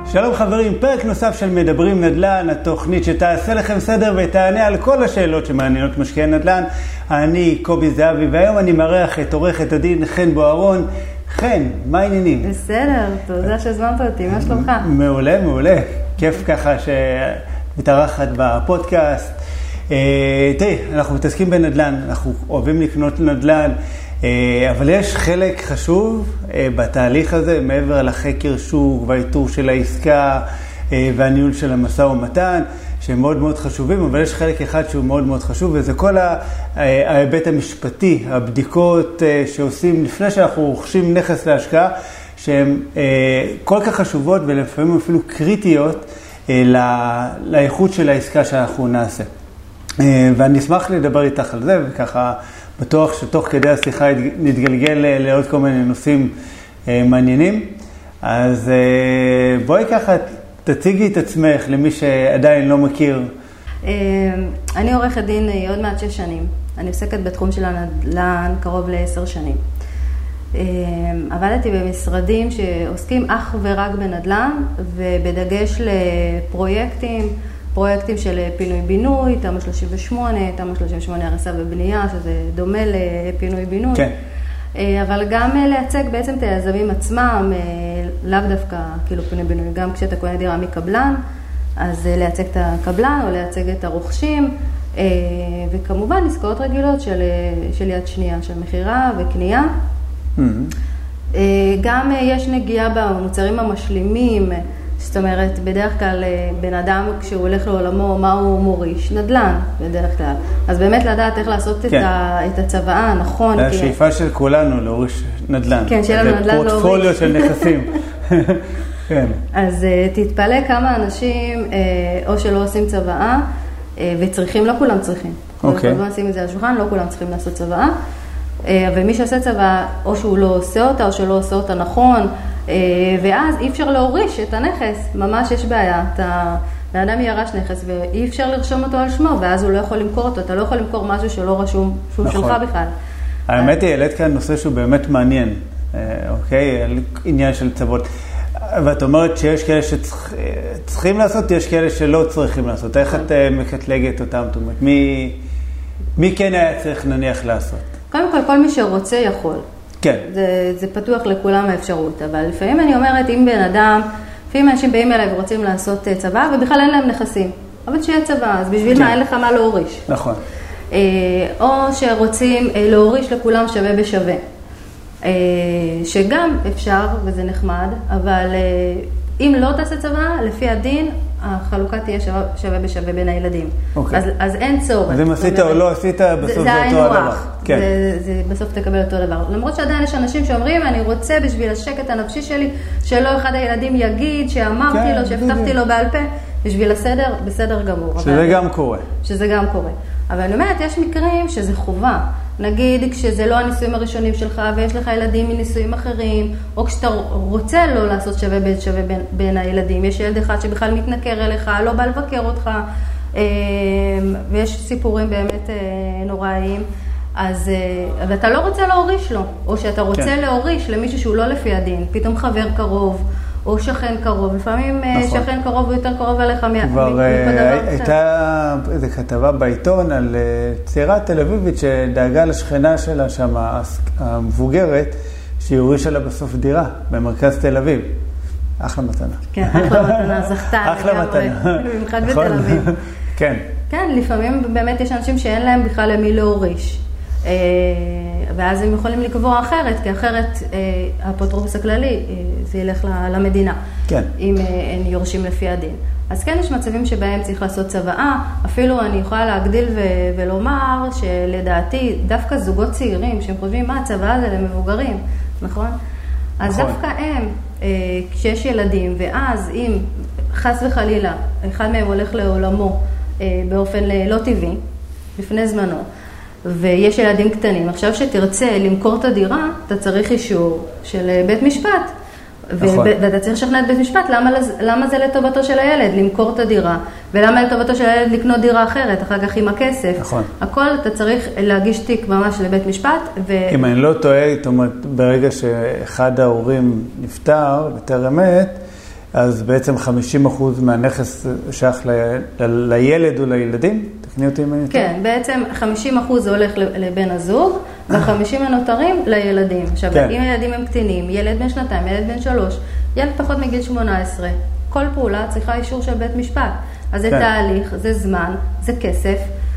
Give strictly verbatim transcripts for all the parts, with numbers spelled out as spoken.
שלום חברים, פרק נוסף של מדברים נדל"ן, התוכנית שתעשה לכם סדר ותענה על כל השאלות שמעניינות משקיעי נדל"ן. אני קובי זהבי, והיום אני מארח את עורכת הדין חן בוארון. חן, מה העניינים? בסדר, תודה שהזמנת אותי, מה שלומך? מעולה, מעולה. כיף ככה שמתארחת בפודקאסט. תראי, אנחנו מתעסקים בנדל"ן, אנחנו אוהבים לקנות נדל"ן, אבל יש חלק חשוב בתהליך הזה, מעבר לחקר שוק והאיתור של העסקה והניהול של המשא ומתן, שהם מאוד מאוד חשובים, אבל יש חלק אחד שהוא מאוד מאוד חשוב, וזה כל ההיבט המשפטי, הבדיקות שעושים לפני שאנחנו רוכשים נכס להשקעה, שהן כל כך חשובות ולפעמים אפילו קריטיות לאיכות של העסקה שאנחנו נעשה. ואני אשמח לדבר איתך על זה, וככה בטוח שתוך כדי השיחה נתגלגל לעוד כל מיני נושאים מעניינים. אז בואי ככה תציגי את עצמך למי שעדיין לא מכיר. אני עורכת דין עוד מעט שש שנים. אני עוסקת בתחום של הנדל"ן קרוב לעשר שנים. עבדתי במשרדים שעוסקים אך ורק בנדל"ן, ובדגש לפרויקטים, פרויקטים של פינוי-בינוי, תמ"א שלושים ושמונה, תמ"א שלושים ושמונה הריסה ובנייה, שזה דומה לפינוי-בינוי. כן. אבל גם לייצג בעצם את היזמים עצמם, לאו דווקא כאילו פינוי-בינוי, גם כשאתה קונה דירה מקבלן, אז לייצג את הקבלן או לייצג את הרוכשים, וכמובן עסקאות רגילות של, של יד שנייה, של מחירה וקנייה. Mm-hmm. גם יש נגיעה במוצרים המשלימים, זאת אומרת, בדרך כלל בן אדם כשהוא הולך לעולמו, מה הוא מוריש? נדל"ן, בדרך כלל. אז באמת לדעת איך לעשות כן. את, ה, את הצבעה, נכון? זה השאיפה כי... של כולנו, להוריש נדל"ן. כן, שיהיה לנו נדל"ן להוריש. פורטפוליו של נכסים. כן. אז תתפלא כמה אנשים, או שלא עושים צבעה, וצריכים, לא כולם צריכים. אוקיי. אנחנו עושים את זה על השולחן, לא כולם צריכים לעשות צבעה. ומי שעושה צבעה, או שהוא לא עושה אותה, או שלא עושה אותה נכון, ואז אי אפשר להוריש את הנכס, ממש יש בעיה. אתה, לאדם ירש נכס ואי אפשר לרשום אותו על שמו, ואז הוא לא יכול למכור אותו, אתה לא יכול למכור משהו שלא רשום, שהוא נכון. שלך בכלל. האמת היא, העלית כאן נושא שהוא באמת מעניין, אוקיי? עניין של צוות. ואת אומרת שיש כאלה שצריכים לעשות, יש כאלה שלא צריכים לעשות. איך את מקטלגת אותם? זאת אומרת, מי, מי כן היה צריך נניח לעשות? קודם כל, כל מי שרוצה יכול. כן. זה, זה פתוח לכולם האפשרות, אבל לפעמים אני אומרת, אם בן אדם, לפעמים אנשים באים אליי ורוצים לעשות צבא, ובכלל אין להם נכסים. אבל שיהיה צבא, אז בשביל כן. מה אין לך מה להוריש. נכון. או שרוצים להוריש לכולם שווה בשווה. שגם אפשר, וזה נחמד, אבל אם לא תעשה צבא, לפי הדין, החלוקה תהיה שווה, שווה בשווה בין הילדים. אוקיי. אז, אז אין צורך. אז אם עשית או לא עשית, בסוף זה, זה אותו הדבר. כן. זה, זה בסוף תקבל אותו דבר. למרות שעדיין יש אנשים שאומרים, אני רוצה בשביל השקט הנפשי שלי, שלא אחד הילדים יגיד שאמרתי כן, לו, שהבטחתי לו בעל פה, בשביל הסדר, בסדר גמור. שזה אבל, גם קורה. שזה גם קורה. אבל אני אומרת, יש מקרים שזה חובה. נגיד, כשזה לא הניסויים הראשונים שלך, ויש לך ילדים מניסויים אחרים, או כשאתה רוצה לא לעשות שווה בין שווה בין, בין הילדים. יש ילד אחד שבכלל מתנכר אליך, לא בא לבקר אותך, ויש סיפורים באמת נוראיים. אז, ואתה לא רוצה להוריש לו, או שאתה רוצה כן. להוריש למישהו שהוא לא לפי הדין, פתאום חבר קרוב, או שכן קרוב. לפעמים נכון. שכן קרוב הוא יותר קרוב אליך מכל דבר אחר. הייתה איזו כתבה בעיתון על צעירה תל אביבית שדאגה לשכנה שלה שם, המבוגרת, שהיא הורישה לה בסוף דירה במרכז תל אביב. אחלה מתנה. כן, אחלה מתנה, זכתה. אחלה מתנה. במיוחד בתל אביב. כן. כן, לפעמים באמת יש אנשים שאין להם בכלל למי להוריש. ואז הם יכולים לקבוע אחרת, כי אחרת האפוטרופוס הכללי, זה ילך למדינה, כן. אם הם יורשים לפי הדין. אז כן, יש מצבים שבהם צריך לעשות צוואה, אפילו אני יכולה להגדיל ו- ולומר שלדעתי, דווקא זוגות צעירים, שהם חושבים מה הצוואה זה למבוגרים, נכון? אז נכון. דווקא הם, כשיש ילדים, ואז אם חס וחלילה, אחד מהם הולך לעולמו באופן לא טבעי, לפני זמנו, ויש ילדים קטנים. עכשיו שתרצה למכור את הדירה, אתה צריך אישור של בית משפט. נכון. ואתה צריך לשכנע את בית משפט, למה, למה זה לטובתו של הילד למכור את הדירה, ולמה לטובתו של הילד לקנות דירה אחרת, אחר כך עם הכסף. נכון. הכל אתה צריך להגיש תיק ממש לבית משפט. ו... אם אני לא טועה, זאת אומרת, ברגע שאחד ההורים נפטר, בטרם מת, אז בעצם חמישים אחוז מהנכס שייך ל- ל- לילד או לילדים? תקני אותי אם אני טועה. כן, בעצם חמישים אחוז זה הולך לבן הזוג, ו-חמישים הנותרים לילדים. עכשיו, כן. אם הילדים הם קטינים, ילד בן שנתיים, ילד בן שלוש, ילד פחות מגיל שמונה עשרה, כל פעולה צריכה אישור של בית משפט. אז זה כן. תהליך, זה זמן, זה כסף,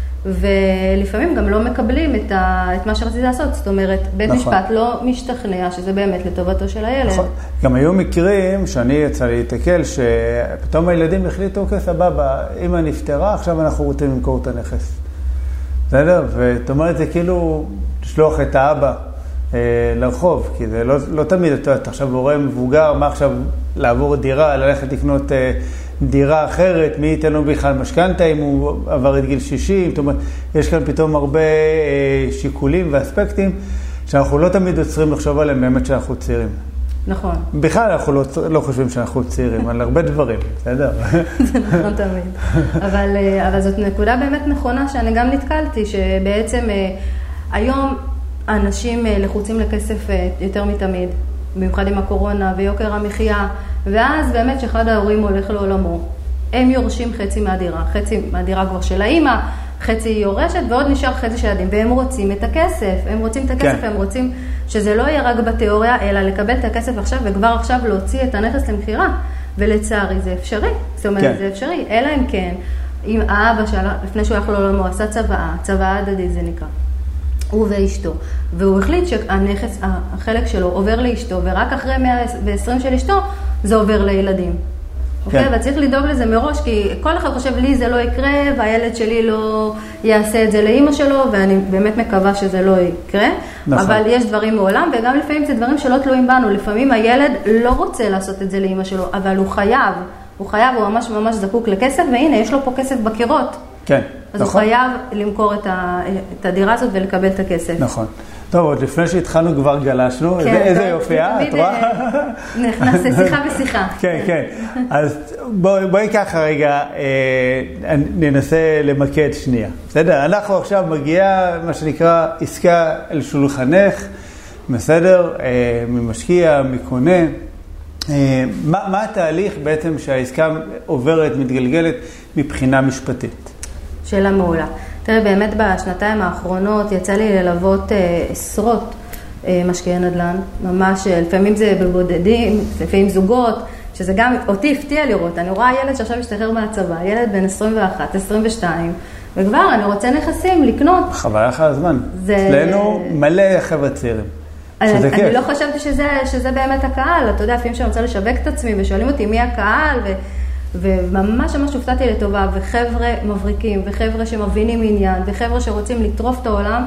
ולפעמים גם לא מקבלים את, ה, את מה שרציתי לעשות. זאת אומרת, בית נכון. משפט לא משתכנע שזה באמת לטובתו של הילד. נכון. גם היו מקרים שאני יצא להתקל, שפתאום הילדים החליטו, אוקיי, סבבה, אמא נפטרה, עכשיו אנחנו רוצים למכור את הנכס. בסדר? ואת אומרת, זה כאילו לשלוח את האבא אה, לרחוב, כי זה לא, לא תמיד, אתה יודע, עכשיו הורה מבוגר, מה עכשיו לעבור דירה, ללכת לקנות אה, דירה אחרת, מי ייתן לו בכלל משכנתה אם הוא עבר את גיל שישים, זאת אומרת, יש כאן פתאום הרבה אה, שיקולים ואספקטים, שאנחנו לא תמיד עוצרים לחשוב עליהם באמת שאנחנו צעירים. נכון. בכלל אנחנו לא, לא חושבים שאנחנו צעירים, על הרבה דברים, בסדר? זה נכון תמיד. אבל, אבל זאת נקודה באמת נכונה שאני גם נתקלתי, שבעצם היום אנשים לחוצים לכסף יותר מתמיד, במיוחד עם הקורונה ויוקר המחיה, ואז באמת שאחד ההורים הולך לעולמו. הם יורשים חצי מהדירה, חצי מהדירה כבר של האמא, חצי יורשת, ועוד נשאר חצי של ילדים, והם רוצים את הכסף, הם רוצים את הכסף, כן. הם רוצים שזה לא יהיה רק בתיאוריה, אלא לקבל את הכסף עכשיו, וכבר עכשיו להוציא את הנכס למחירה, ולצערי זה אפשרי, זאת אומרת, כן. זה אפשרי, אלא אם כן, אם האבא שלה, לפני שהוא הלך לעולמו, עשה צוואה, צוואה הדדית זה נקרא, הוא ואשתו, והוא החליט שהנכס, החלק שלו עובר לאשתו, ורק אחרי מאה ועשרים של אשתו, זה עובר לילדים. אוקיי? Okay, וצריך לדאוג לזה מראש, כי כל אחד חושב לי זה לא יקרה, והילד שלי לא יעשה את זה לאמא שלו, ואני באמת מקווה שזה לא יקרה. נכון. אבל יש דברים מעולם, וגם לפעמים זה דברים שלא תלויים בנו. לפעמים הילד לא רוצה לעשות את זה לאמא שלו, אבל הוא חייב. הוא חייב, הוא ממש ממש זקוק לכסף, והנה, יש לו פה כסף בקירות. כן, אז נכון. הוא חייב למכור את, ה, את הדירה הזאת ולקבל את הכסף. נכון. טוב, עוד לפני שהתחלנו כבר גלשנו, כן, איזה יופי, אה? את רואה? נכנס לשיחה בשיחה. כן, כן. אז בואי, בואי ככה רגע, אה, ננסה למקד שנייה. בסדר? אנחנו עכשיו מגיעה, מה שנקרא, עסקה אל שולחנך, בסדר? אה, ממשקיע, מקונה. אה, מה, מה התהליך בעצם שהעסקה עוברת, מתגלגלת מבחינה משפטית? שאלה מעולה. תראה, באמת בשנתיים האחרונות יצא לי ללוות אה, עשרות אה, משקיעי נדל"ן, ממש, לפעמים זה בבודדים, לפעמים זוגות, שזה גם אותי הפתיע לראות. אני רואה ילד שעכשיו משתחרר מהצבא, ילד בן עשרים ואחת, עשרים ושתיים, וכבר אני רוצה נכסים לקנות. חוויה אחר הזמן. זה... אצלנו מלא חבר'ה צעירים. אני, אני לא חשבתי שזה, שזה באמת הקהל. אתה יודע, לפעמים שאני רוצה לשווק את עצמי ושואלים אותי מי הקהל, ו... וממש ממש הופתעתי לטובה, וחבר'ה מבריקים, וחבר'ה שמבינים עניין, וחבר'ה שרוצים לטרוף את העולם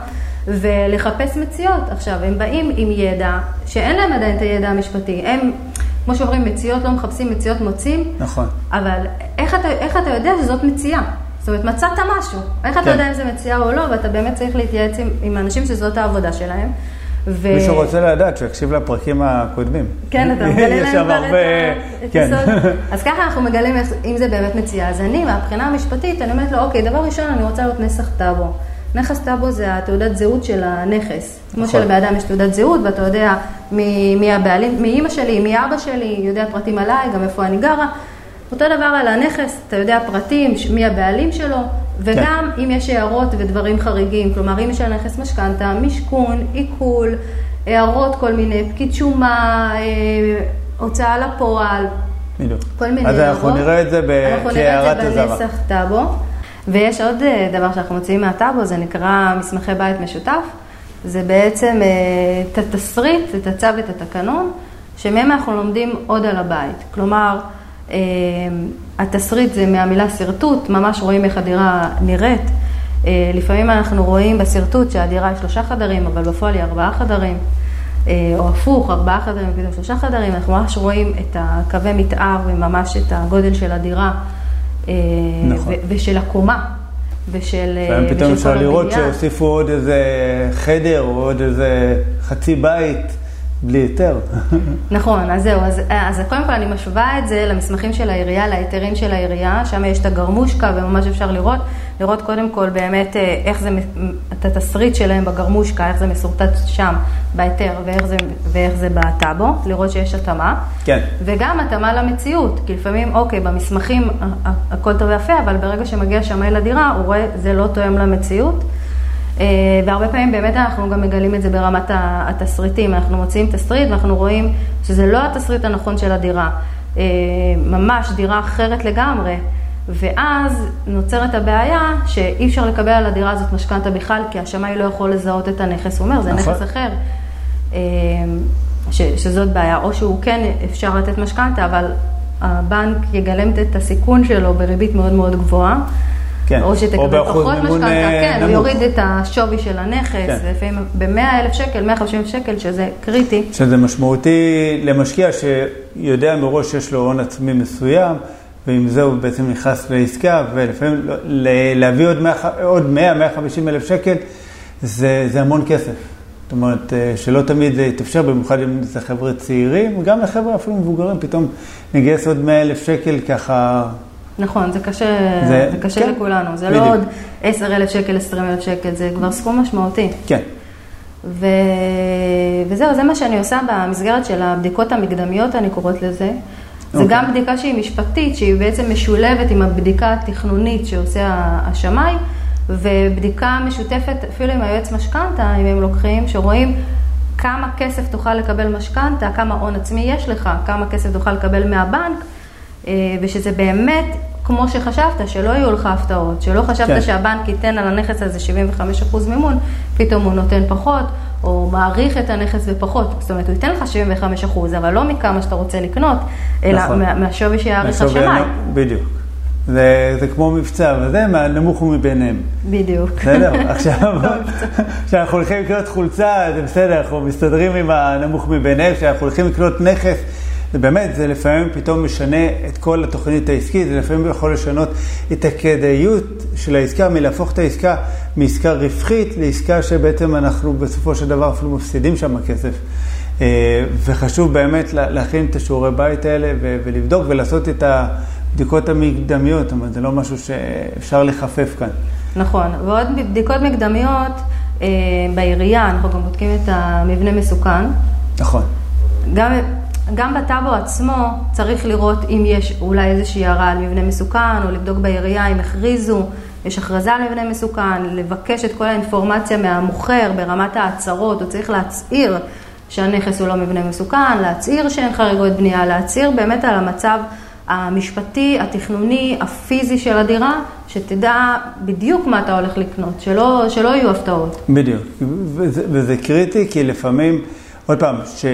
ולחפש מציאות. עכשיו, הם באים עם ידע, שאין להם עדיין את הידע המשפטי. הם, כמו שאומרים, מציאות לא מחפשים, מציאות מוצאים. נכון. אבל איך אתה, איך אתה יודע שזאת מציאה? זאת אומרת, מצאת משהו. איך כן. אתה יודע אם זה מציאה או לא, ואתה באמת צריך להתייעץ עם, עם אנשים שזאת העבודה שלהם. ו... מישהו רוצה לדעת שיקשיב לפרקים הקודמים. כן, אתה מגלה להם כבר הרבה... את כן. הסוד. אז ככה אנחנו מגלים אם זה באמת מציאה. אז אני, מהבחינה המשפטית, אני אומרת לו, אוקיי, דבר ראשון, אני רוצה להיות נסח טאבו. נכס טאבו זה התעודת זהות של הנכס. כמו שלבאדם יש תעודת זהות, ואתה יודע מי, מי הבעלים, מי אמא שלי, מי אבא שלי, יודע פרטים עליי, גם איפה אני גרה. אותו דבר על הנכס, אתה יודע פרטים, מי הבעלים שלו, וגם כן. אם יש הערות ודברים חריגים, כלומר אם יש על נכס משכנתה, משכון, עיכול, הערות כל מיני, פקיד שומה, הוצאה לפועל, בדיוק. כל מיני אז הערות. אנחנו נראה את זה כהערת הזרה. אנחנו נראה את זה בנסח טאבו, ויש עוד דבר שאנחנו מוצאים מהטאבו, זה נקרא מסמכי בית משותף, זה בעצם את התסריט, את הצו ואת התקנון, שמהם אנחנו לומדים עוד על הבית, כלומר, Uh, התסריט זה מהמילה סרטוט, ממש רואים איך הדירה נראית. Uh, לפעמים אנחנו רואים בסרטוט שהדירה היא שלושה חדרים, אבל בפועל היא ארבעה חדרים, uh, או הפוך, ארבעה חדרים, פתאום שלושה חדרים. אנחנו ממש רואים את הקווי מתאר וממש את הגודל של הדירה, uh, נכון. ו- ושל הקומה. ושל, לפעמים פתאום אפשר לראות שהוסיפו עוד איזה חדר או עוד איזה חצי בית בלי היתר. נכון, אז זהו, אז, אז קודם כל אני משווה את זה למסמכים של העירייה, להיתרים של העירייה, שם יש את הגרמושקה וממש אפשר לראות, לראות קודם כל באמת איך זה, את התסריט שלהם בגרמושקה, איך זה מסורטט שם בהיתר ואיך זה, ואיך זה בטאבו, לראות שיש התאמה. כן. וגם התאמה למציאות, כי לפעמים, אוקיי, במסמכים הכל טוב ויפה, אבל ברגע שמגיע שמאי לדירה, הוא רואה, זה לא תואם למציאות. והרבה פעמים באמת אנחנו גם מגלים את זה ברמת התסריטים, אנחנו מוציאים תסריט ואנחנו רואים שזה לא התסריט הנכון של הדירה, ממש דירה אחרת לגמרי, ואז נוצרת הבעיה שאי אפשר לקבל על הדירה הזאת משכנתא בכלל, כי השמאי לא יכול לזהות את הנכס, הוא אומר, זה נכס אחר, ש, שזאת בעיה, או שהוא כן אפשר לתת משכנתא, אבל הבנק יגלם את הסיכון שלו בריבית מאוד מאוד גבוהה, כן. או שתקבל פחות משכנתא, כן, הוא יוריד את השווי של הנכס, כן. לפעמים ב-מאה אלף שקל, מאה וחמישים אלף שקל, שזה קריטי. שזה משמעותי למשקיע שיודע מראש שיש לו הון עצמי מסוים, ועם זה הוא בעצם נכנס לעסקה, ולפעמים להביא עוד, עוד מאה עד מאה וחמישים אלף שקל, זה, זה המון כסף. זאת אומרת, שלא תמיד זה יתאפשר, במיוחד אם זה חבר'ה צעירים, וגם לחבר'ה אפילו מבוגרים, פתאום נגייס עוד מאה אלף שקל ככה... נכון, זה קשה, זה, זה קשה כן, לכולנו, זה בדיוק. לא עוד עשרה אלף שקל, עשרים אלף שקל, זה כבר סכום משמעותי. כן. ו... וזהו, זה מה שאני עושה במסגרת של הבדיקות המקדמיות, אני קוראת לזה. זה okay. גם בדיקה שהיא משפטית, שהיא בעצם משולבת עם הבדיקה התכנונית שעושה השמאי, ובדיקה משותפת אפילו עם היועץ משכנתא, אם הם לוקחים, שרואים כמה כסף תוכל לקבל משכנתא, כמה הון עצמי יש לך, כמה כסף תוכל לקבל מהבנק, ושזה באמת, כמו שחשבת, שלא יהיו לך הפתעות, שלא חשבת כן. שהבנק ייתן על הנכס הזה שבעים וחמישה אחוז מימון, פתאום הוא נותן פחות, או מעריך את הנכס בפחות. זאת אומרת, הוא ייתן לך שבעים וחמישה אחוז, אבל לא מכמה שאתה רוצה לקנות, אלא נכון. מה, מהשווי שיעריך השמאי. בדיוק. זה, זה כמו מבצע, וזה מהנמוך ומביניהם. בדיוק. בסדר? עכשיו, כשאנחנו הולכים לקנות חולצה, זה בסדר, אנחנו מסתדרים עם הנמוך מביניהם, כשאנחנו הולכים לקנות נכס, זה באמת, זה לפעמים פתאום משנה את כל התוכנית העסקית, זה לפעמים יכול לשנות את הכדאיות של העסקה, מלהפוך את העסקה מעסקה רווחית לעסקה שבעצם אנחנו בסופו של דבר אפילו מפסידים שם הכסף. וחשוב באמת להכין את השיעורי בית האלה ולבדוק ולעשות את הבדיקות המקדמיות, זאת אומרת, זה לא משהו שאפשר לחפף כאן. נכון, ועוד בדיקות מקדמיות בעירייה, אנחנו גם בודקים את המבנה מסוכן. נכון. גם... גם בטאבו עצמו צריך לראות אם יש אולי איזושהי הערה על מבנה מסוכן, או לבדוק בעירייה אם הכריזו, יש הכרזה על מבנה מסוכן, לבקש את כל האינפורמציה מהמוכר ברמת ההצהרות, הוא צריך להצעיר שהנכס הוא לא מבנה מסוכן, להצעיר שאין חריגות בנייה, להצעיר באמת על המצב המשפטי, התכנוני, הפיזי של הדירה, שתדע בדיוק מה אתה הולך לקנות, שלא, שלא יהיו הפתעות. בדיוק, וזה, וזה קריטי כי לפעמים... עוד פעם, ש,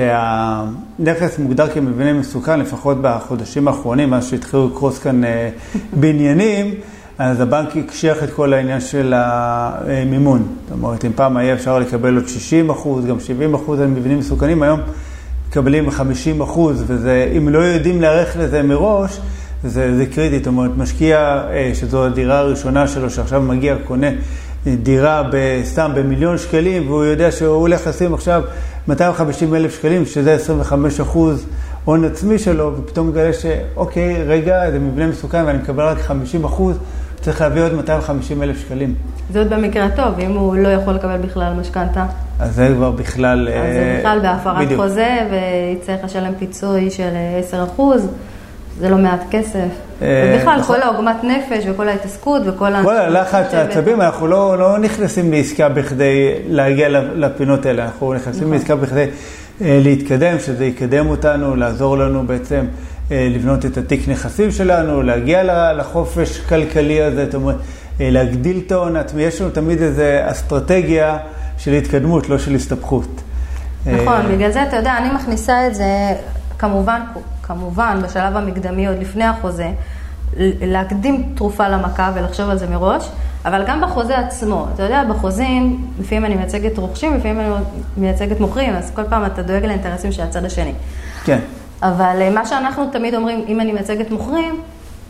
שהנכס מוגדר כמבנה מסוכן, לפחות בחודשים האחרונים, אז שהתחילו לקרוס כאן בניינים, אז הבנק יקשיח את כל העניין של המימון. זאת אומרת, אם פעם היה אפשר לקבל עוד שישים אחוז, גם שבעים אחוז על מבנים מסוכנים, היום מקבלים חמישים אחוז, וזה, אם לא יודעים להערך לזה מראש, זה, זה קריטי. זאת אומרת, משקיע שזו הדירה הראשונה שלו, שעכשיו מגיע, קונה דירה בסתם במיליון שקלים, והוא יודע שהוא הולך לשים עכשיו מאתיים וחמישים אלף שקלים, שזה עשרים וחמישה אחוז הון עצמי שלו, ופתאום מגלה שאוקיי, רגע, זה מבנה מסוכן ואני מקבל רק חמישים אחוז, צריך להביא עוד מאתיים וחמישים אלף שקלים. זה עוד במקרה טוב, אם הוא לא יכול לקבל בכלל משכנתא. אז זה כבר בכלל... אז זה בכלל בהפרת חוזה, ויצטרך לשלם פיצוי של עשרה אחוז. זה לא מעט כסף. ובכלל, כל העוגמת נפש וכל ההתעסקות וכל... כל הלחץ העצבים, אנחנו לא נכנסים לעסקה בכדי להגיע לפינות האלה, אנחנו נכנסים לעסקה בכדי להתקדם, שזה יקדם אותנו, לעזור לנו בעצם לבנות את התיק נכסים שלנו, להגיע לחופש כלכלי הזה, זאת אומרת, להגדיל את ההון העצמי. יש לנו תמיד איזו אסטרטגיה של התקדמות, לא של הסתבכות. נכון, בגלל זה אתה יודע, אני מכניסה את זה כמובן... כמובן, בשלב המקדמי, עוד לפני החוזה, להקדים תרופה למכה ולחשוב על זה מראש, אבל גם בחוזה עצמו. אתה יודע, בחוזים, לפעמים אני מייצגת רוכשים, לפעמים אני מייצגת מוכרים, אז כל פעם אתה דואג לאינטרסים של הצד השני. כן. אבל מה שאנחנו תמיד אומרים, אם אני מייצגת מוכרים,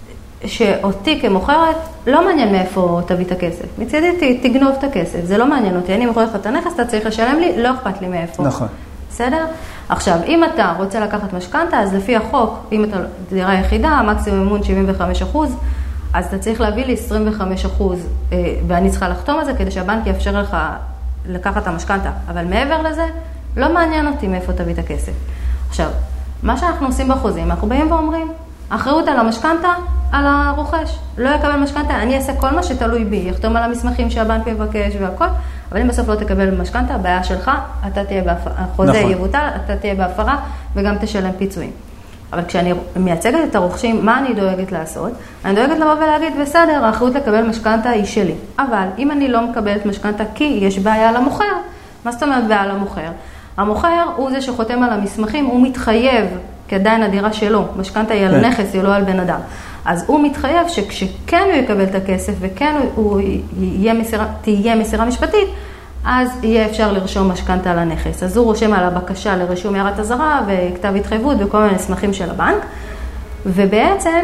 שאותי כמוכרת, לא מעניין מאיפה תביא את הכסף. מצידי, תגנוב את הכסף, זה לא מעניין אותי. אני מוכרת לך את הנכס, אתה צריך לשלם לי, לא אכפת לי מאיפה. נכון. בסדר? עכשיו, אם אתה רוצה לקחת משכנתה, אז לפי החוק, אם אתה דירה יחידה, מקסימום מימון שבעים וחמישה אחוז, אז אתה צריך להביא לי עשרים וחמישה אחוז, ואני צריכה לחתום על זה כדי שהבנק יאפשר לך לקחת את המשכנתה. אבל מעבר לזה, לא מעניין אותי מאיפה תביא את הכסף. עכשיו, מה שאנחנו עושים בחוזים, אנחנו באים ואומרים, האחריות על המשכנתה, על הרוכש. לא יקבל משכנתה, אני אעשה כל מה שתלוי בי, יחתום על המסמכים שהבנק מבקש והכל, אבל אם בסוף לא תקבל משכנתה, הבעיה שלך, אתה תהיה בהפרה, החוזה נכון. יבוטל, אתה תהיה בהפרה וגם תשלם פיצויים. אבל כשאני מייצגת את הרוכשים, מה אני דואגת לעשות? אני דואגת לבוא ולהגיד, בסדר, האחריות לקבל משכנתה היא שלי. אבל אם אני לא מקבלת משכנתה כי יש בעיה למוכר, מה זאת אומרת בעיה למוכר? המוכר הוא זה שחותם על המסמכים, הוא מתחייב, כי עדיין הדירה שלו, משכנתה היא על נכס, היא לא על בן אדם. אז הוא מתחייב שכשכן הוא יקבל את הכסף וכן הוא יהיה מסירה, תהיה מסירה משפטית, אז יהיה אפשר לרשום משכנתה על הנכס. אז הוא רושם על הבקשה לרישום הערת אזהרה וכתב התחייבות וכל מיני מסמכים של הבנק, ובעצם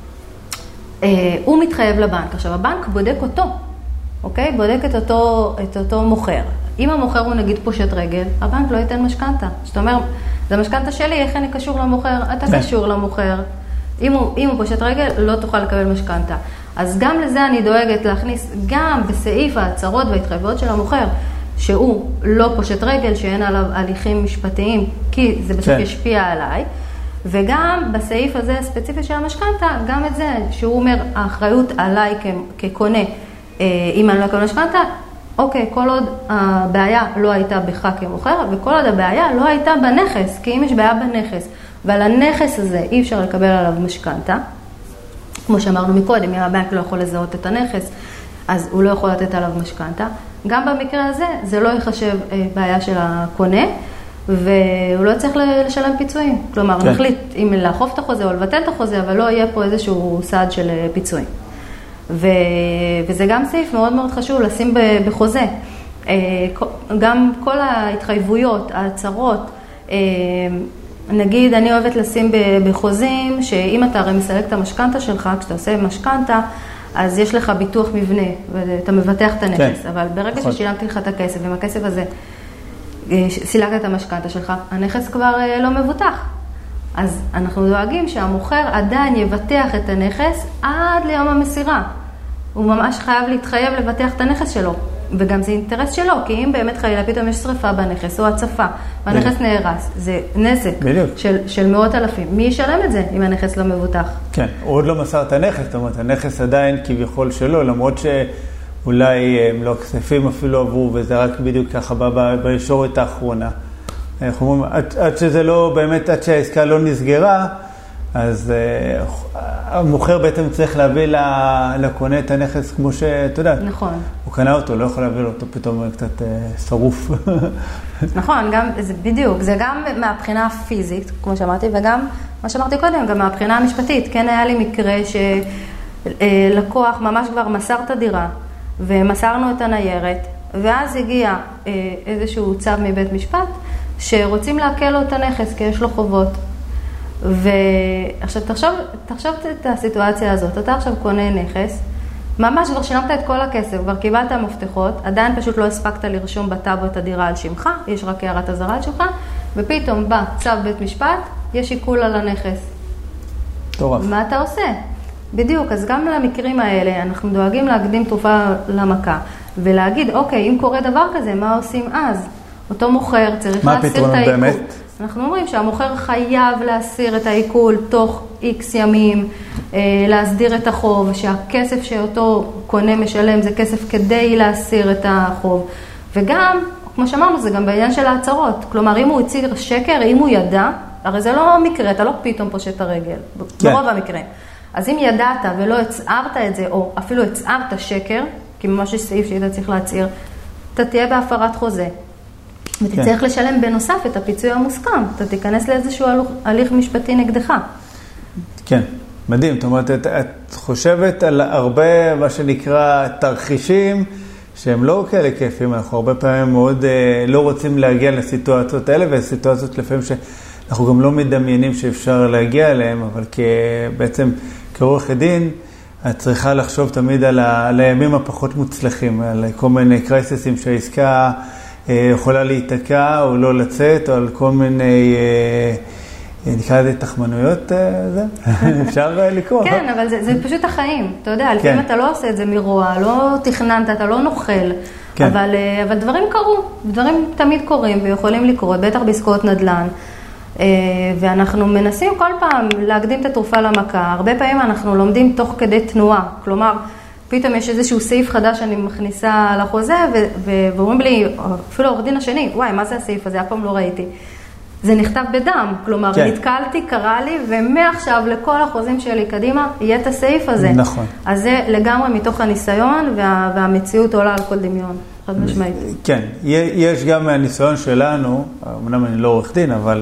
אה, הוא מתחייב לבנק. עכשיו הבנק בודק אותו, אוקיי? בודק את אותו, את אותו מוכר. אם המוכר הוא נגיד פושט רגל, הבנק לא ייתן משכנתה. זאת אומרת, זה משכנתה שלי, איך אני קשור למוכר? אתה קשור למוכר. אם הוא, אם הוא פושט רגל, לא תוכל לקבל משכנתה. אז גם לזה אני דואגת להכניס גם בסעיף ההצהרות וההתחייבויות של המוכר, שהוא לא פושט רגל, שאין עליו הליכים משפטיים, כי זה בסוף ישפיע עליי. וגם בסעיף הזה הספציפי של המשכנתה, גם את זה, שהוא אומר, האחריות עליי כקונה, אם אני לא אקבל משכנתה, אוקיי, כל עוד הבעיה לא הייתה בך כמוכר, וכל עוד הבעיה לא הייתה בנכס, כי אם יש בעיה בנכס, ועל הנכס הזה אי אפשר לקבל עליו משכנתה, כמו שאמרנו מקודם, אם הבנק לא יכול לזהות את הנכס, אז הוא לא יכול לתת עליו משכנתה. גם במקרה הזה, זה לא יחשב בעיה של הקונה, והוא לא צריך לשלם פיצויים. כלומר, כן. נחליט אם לאכוף את החוזה או לבטל את החוזה, אבל לא יהיה פה איזשהו סעד של פיצויים. ו... וזה גם סעיף מאוד מאוד חשוב לשים בחוזה. גם כל ההתחייבויות, ההצהרות, נגיד, אני אוהבת לשים בחוזים, שאם אתה הרי מסלק את המשכנתה שלך, כשאתה עושה משכנתה, אז יש לך ביטוח מבנה, ואתה מבטח את הנכס. כן. אבל ברגע נכון. ששילמתי לך את הכסף, ועם הכסף הזה סילקת את המשכנתה שלך, הנכס כבר לא מבוטח. אז אנחנו דואגים שהמוכר עדיין יבטח את הנכס עד ליום המסירה. הוא ממש חייב להתחייב לבטח את הנכס שלו. וגם זה אינטרס שלו, כי אם באמת חלילה פתאום יש שריפה בנכס או הצפה, והנכס נהרס, זה נזק של, של מאות אלפים. מי ישלם את זה אם הנכס לא מבוטח? כן, הוא עוד לא מסר את הנכס, זאת אומרת, הנכס עדיין כביכול שלו, למרות שאולי הם לא כספים אפילו עברו, וזה רק בדיוק ככה בא בישורת האחרונה. אנחנו אומרים, עד, עד שזה לא, באמת עד שהעסקה לא נסגרה, אז uh, המוכר בעצם צריך להביא לקונה את הנכס כמו שאתה יודע. נכון. הוא קנה אותו, לא יכול להביא לו אותו פתאום קצת uh, שרוף. נכון, גם, זה בדיוק, זה גם מהבחינה הפיזית, כמו שאמרתי, וגם, מה שאמרתי קודם, גם מהבחינה המשפטית. כן היה לי מקרה שלקוח ממש כבר מסר את הדירה, ומסרנו את הניירת, ואז הגיע uh, איזשהו צו מבית משפט, שרוצים להקל לו את הנכס, כי יש לו חובות. ועכשיו תחשוב, תחשוב את הסיטואציה הזאת, אתה עכשיו קונה נכס, ממש כבר שילמת את כל הכסף, כבר קיבלת המפתחות, עדיין פשוט לא הספקת לרשום בטאבו את הדירה על שמך, יש רק הערת אזהרה על שמך, ופתאום בא צו בית משפט, יש עיקול על הנכס. טורף. מה אתה עושה? בדיוק, אז גם למקרים האלה אנחנו דואגים להקדים תרופה למכה, ולהגיד, אוקיי, אם קורה דבר כזה, מה עושים אז? אותו מוכר צריך להסיר את העיקול. באמת? אנחנו אומרים שהמוכר חייב להסיר את העיקול תוך איקס ימים, להסדיר את החוב, שהכסף שאותו קונה משלם זה כסף כדי להסיר את החוב. וגם, כמו שאמרנו, זה גם בעניין של ההצהרות. כלומר, אם הוא הצהיר שקר, אם הוא ידע, הרי זה לא מקרה, אתה לא פתאום פושט את הרגל, כן. ברוב המקרים. אז אם ידעת ולא הצהרת את זה, או אפילו הצהרת שקר, כי ממש יש סעיף שהיית צריך להצהיר, אתה תהיה בהפרת חוזה. ותצטרך לשלם בנוסף את הפיצוי המוסכם. אתה תיכנס לאיזשהו הליך משפטי נגדך. כן, מדהים. זאת אומרת, את, את חושבת על הרבה, מה שנקרא, תרחישים, שהם לא כאלה כיפים. אנחנו הרבה פעמים מאוד אה, לא רוצים להגיע לסיטואציות האלה, וסיטואציות לפעמים שאנחנו גם לא מדמיינים שאפשר להגיע אליהם, אבל בעצם כעורך דין, את צריכה לחשוב תמיד על, ה, על הימים הפחות מוצלחים, על כל מיני קרייססים שהעסקה יכולה להיתקע או לא לצאת, או על כל מיני, נקרא לזה תחמנויות, זה? אפשר לקרוא. כן, אבל זה, זה פשוט החיים. אתה יודע, לפעמים אתה לא עושה את זה מרוע, לא תכננת, אתה לא נוכל. כן. אבל, אבל דברים קרו, דברים תמיד קורים ויכולים לקרות, בטח בעסקאות נדל"ן. ואנחנו מנסים כל פעם להקדים את התרופה למכה. הרבה פעמים אנחנו לומדים תוך כדי תנועה. כלומר, פתאום יש איזשהו סעיף חדש שאני מכניסה לחוזה, ואומרים לי, אפילו העורך דין השני, וואי, מה זה הסעיף הזה? אף פעם לא ראיתי. זה נכתב בדם, כלומר, כן. נתקלתי, קרה לי, ומעכשיו לכל החוזים שלי קדימה, יהיה את הסעיף הזה. נכון. אז זה לגמרי מתוך הניסיון, וה, והמציאות עולה על כל דמיון. חד משמעית. כן, יש גם מהניסיון שלנו, אמנם אני לא עורך דין, אבל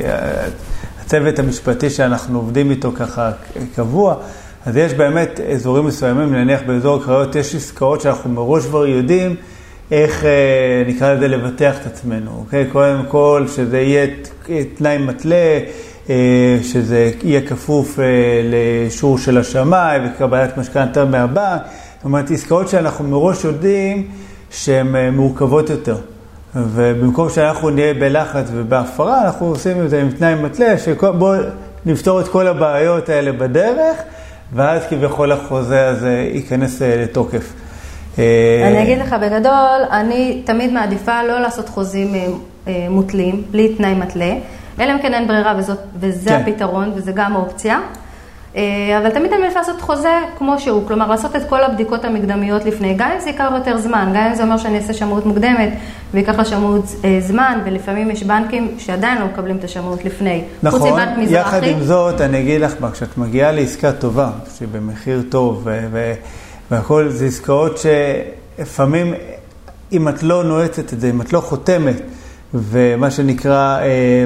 הצוות המשפטי שאנחנו עובדים איתו ככה קבוע, אז יש באמת אזורים מסוימים, נניח באזור הקריות, יש עסקאות שאנחנו מראש כבר יודעים איך נקרא לזה לבטח את עצמנו, אוקיי? קודם כל שזה יהיה תנאי מתלה, שזה יהיה כפוף לאישור של השמאי וקבלת משכנתא מהבנק, זאת אומרת, עסקאות שאנחנו מראש יודעים שהן מורכבות יותר. ובמקום שאנחנו נהיה בלחץ ובהפרה, אנחנו עושים את זה עם תנאי מתלה, שבואו נפתור את כל הבעיות האלה בדרך, ואז כביכול החוזה הזה ייכנס לתוקף. אני אגיד לך בגדול, אני תמיד מעדיפה לא לעשות חוזים מוטלים, בלי תנאי מתלה, אלא אם כן אין ברירה וזאת, וזה כן. הפתרון וזה גם האופציה. אבל תמיד אני מעדיפה לעשות חוזה כמו שהוא, כלומר לעשות את כל הבדיקות המקדמיות לפני, גם אם זה ייקח יותר זמן, גם אם זה אומר שאני אעשה שמאות מוקדמת ויקח לה שמאות זמן, ולפעמים יש בנקים שעדיין לא מקבלים את השמאות לפני. נכון, יחד עם זאת, אני אגיד לך, כשאת מגיעה לעסקה טובה, שבמחיר טוב ו- ו- והכל, זה עסקאות שלפעמים, אם את לא נועצת את זה, אם את לא חותמת, ומה שנקרא,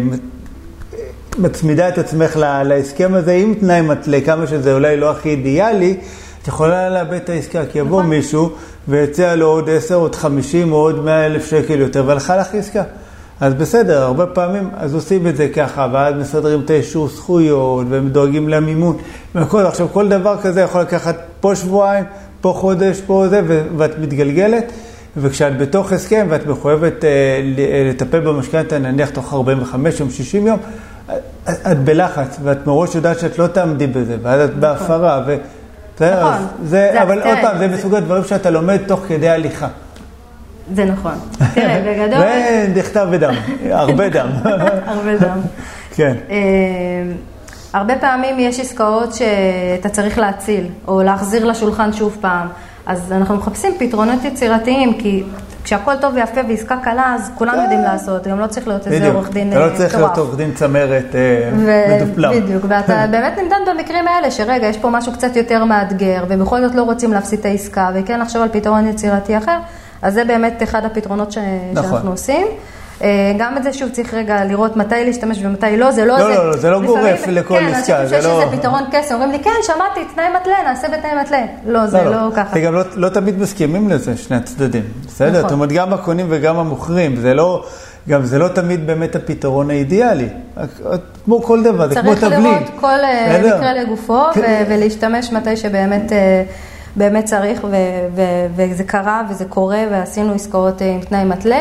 מצמידה את עצמך להסכם הזה, עם תנאי מתלה, כמה שזה אולי לא הכי אידיאלי, את יכולה לאבד את העסקה, כי יבוא מישהו ויצא לו עוד עשר, עוד חמישים, או עוד מאה אלף שקל יותר, והלכה לך עסקה. אז בסדר, הרבה פעמים, אז עושים את זה ככה, ואז מסדרים את האישור זכויות, והם דואגים למימון, וכל, עכשיו כל דבר כזה יכול לקחת פה שבועיים, פה חודש, פה זה, ואת מתגלגלת, וכשאת בתוך הסכם, ואת מחויבת לטפל במשכנתא, נניח תוך ארבעים וחמש יום, שישים יום, את בלחץ, ואת מראש יודעת שאת לא תעמדי בזה, ואז את בהפרה, ו... נכון. אבל עוד פעם, זה בסוג הדברים שאתה לומד תוך כדי הליכה. זה נכון. תראה, בגדול... ונכתב בדם, הרבה דם. הרבה דם. כן. הרבה פעמים יש עסקאות שאתה צריך להציל, או להחזיר לשולחן שוב פעם. אז אנחנו מחפשים פתרונות יצירתיים, כי כשהכל טוב ויפה ועסקה קלה, אז כולם יודעים לעשות. גם לא צריך להיות איזה עורך דין טורף. אתה לא צריך להיות עורך דין צמרת מדופלם. בדיוק, ואתה באמת נמדד במקרים האלה, שרגע, יש פה משהו קצת יותר מאתגר, ובכל זאת לא רוצים להפסיד את העסקה, וכן לחשוב על פתרון יצירתי אחר. אז זה באמת אחד הפתרונות שאנחנו עושים. גם את זה שוב צריך רגע לראות מתי להשתמש ומתי לא, זה לא זה. לא, לא, זה לא גורף לכל עסקה. כן, אני חושב שזה פתרון קסם. אומרים לי, כן, שמעתי, תנאי מתלה, נעשה בתנאי מתלה. לא, זה לא ככה. גם לא תמיד מסכימים לזה, שני הצדדים. בסדר? זאת אומרת, גם הקונים וגם המוכרים. זה לא, גם זה לא תמיד באמת הפתרון האידיאלי. כמו כל דבר, זה כמו תבלין. צריך לראות כל מקרה לגופו ולהשתמש מתי שבאמת באמת צריך, וזה קרה וזה קורה, ועשינו עסקאות עם תנאי מתלה.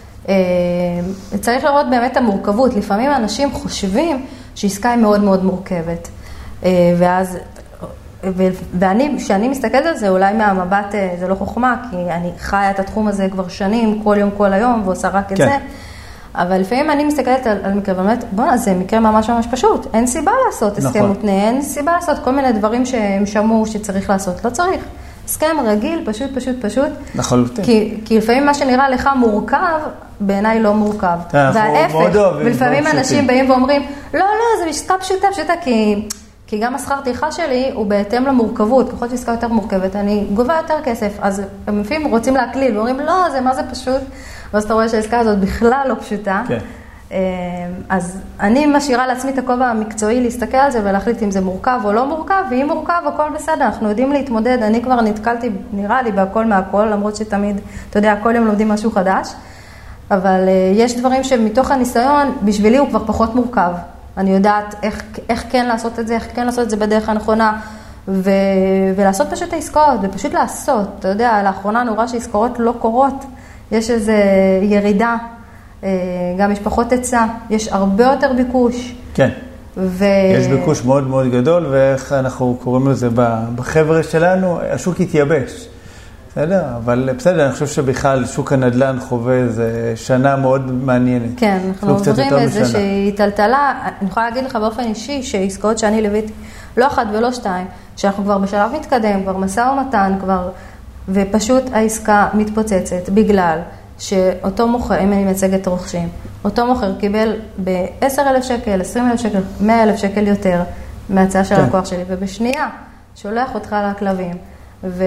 צריך לראות באמת המורכבות. לפעמים האנשים חושבים שעסקה היא מאוד מאוד מורכבת. ואז, ואני, כשאני מסתכלת על זה, אולי מהמבט זה לא חוכמה, כי אני חיה את התחום הזה כבר שנים, כל יום, כל היום, ועושה רק את זה. אבל לפעמים אני מסתכלת על, על מקרה, באמת, בוא, זה מקרה ממש ממש פשוט. אין סיבה לעשות הסכם מותנה, אין סיבה לעשות כל מיני דברים שהם שמעו שצריך לעשות. לא צריך. הסכם רגיל, פשוט, פשוט, פשוט. לחלוטין. כי, כי לפעמים מה שנראה לך מורכב, בעיניי לא מורכב. וההפך, ולפעמים אנשים באים ואומרים, לא, לא, זה עסקה פשוטה, פשוטה, כי, כי גם השכר טרחה שלי הוא בהתאם למורכבות. ככל שעסקה יותר מורכבת, אני גובה יותר כסף. אז הם לפעמים רוצים להקליל, ואומרים, לא, זה מה זה פשוט. ואז אתה רואה שהעסקה הזאת בכלל לא פשוטה. כן. אז אני משאירה לעצמי את הכובע המקצועי להסתכל על זה ולהחליט אם זה מורכב או לא מורכב, ואם מורכב הכל בסדר, אנחנו יודעים להתמודד. אני כבר נתקלתי, נראה לי, בהכל מהכל, למרות שתמיד, אתה יודע, כל יום לומדים משהו חדש, אבל יש דברים שמתוך הניסיון, בשבילי הוא כבר פחות מורכב. אני יודעת איך, איך כן לעשות את זה, איך כן לעשות את זה בדרך הנכונה, ו, ולעשות פשוט העסקאות, ופשוט לעשות. אתה יודע, לאחרונה נורא שעסקאות לא קורות, יש איזו ירידה, גם יש פחות היצע, יש הרבה יותר ביקוש. כן. ו... יש ביקוש מאוד מאוד גדול, ואיך אנחנו קוראים לזה בחבר'ה שלנו, השוק התייבש. בסדר? אבל בסדר, אני חושב שבכלל שוק הנדל"ן חווה איזה שנה מאוד מעניינת. כן, אנחנו עוברים איזה שהיא טלטלה, אני יכולה להגיד לך באופן אישי, שעסקאות שאני לביתי, לא אחת ולא שתיים, שאנחנו כבר בשלב מתקדם, כבר מסע ומתן, כבר, ופשוט העסקה מתפוצצת, בגלל שאותו מוכר, אם אני מייצגת רוכשים, אותו מוכר קיבל ב-עשרת אלפים שקל, עשרים אלף שקל, מאה אלף שקל יותר מההצעה של הלקוח שלי, ובשנייה שולח אותך לכלבים, ו...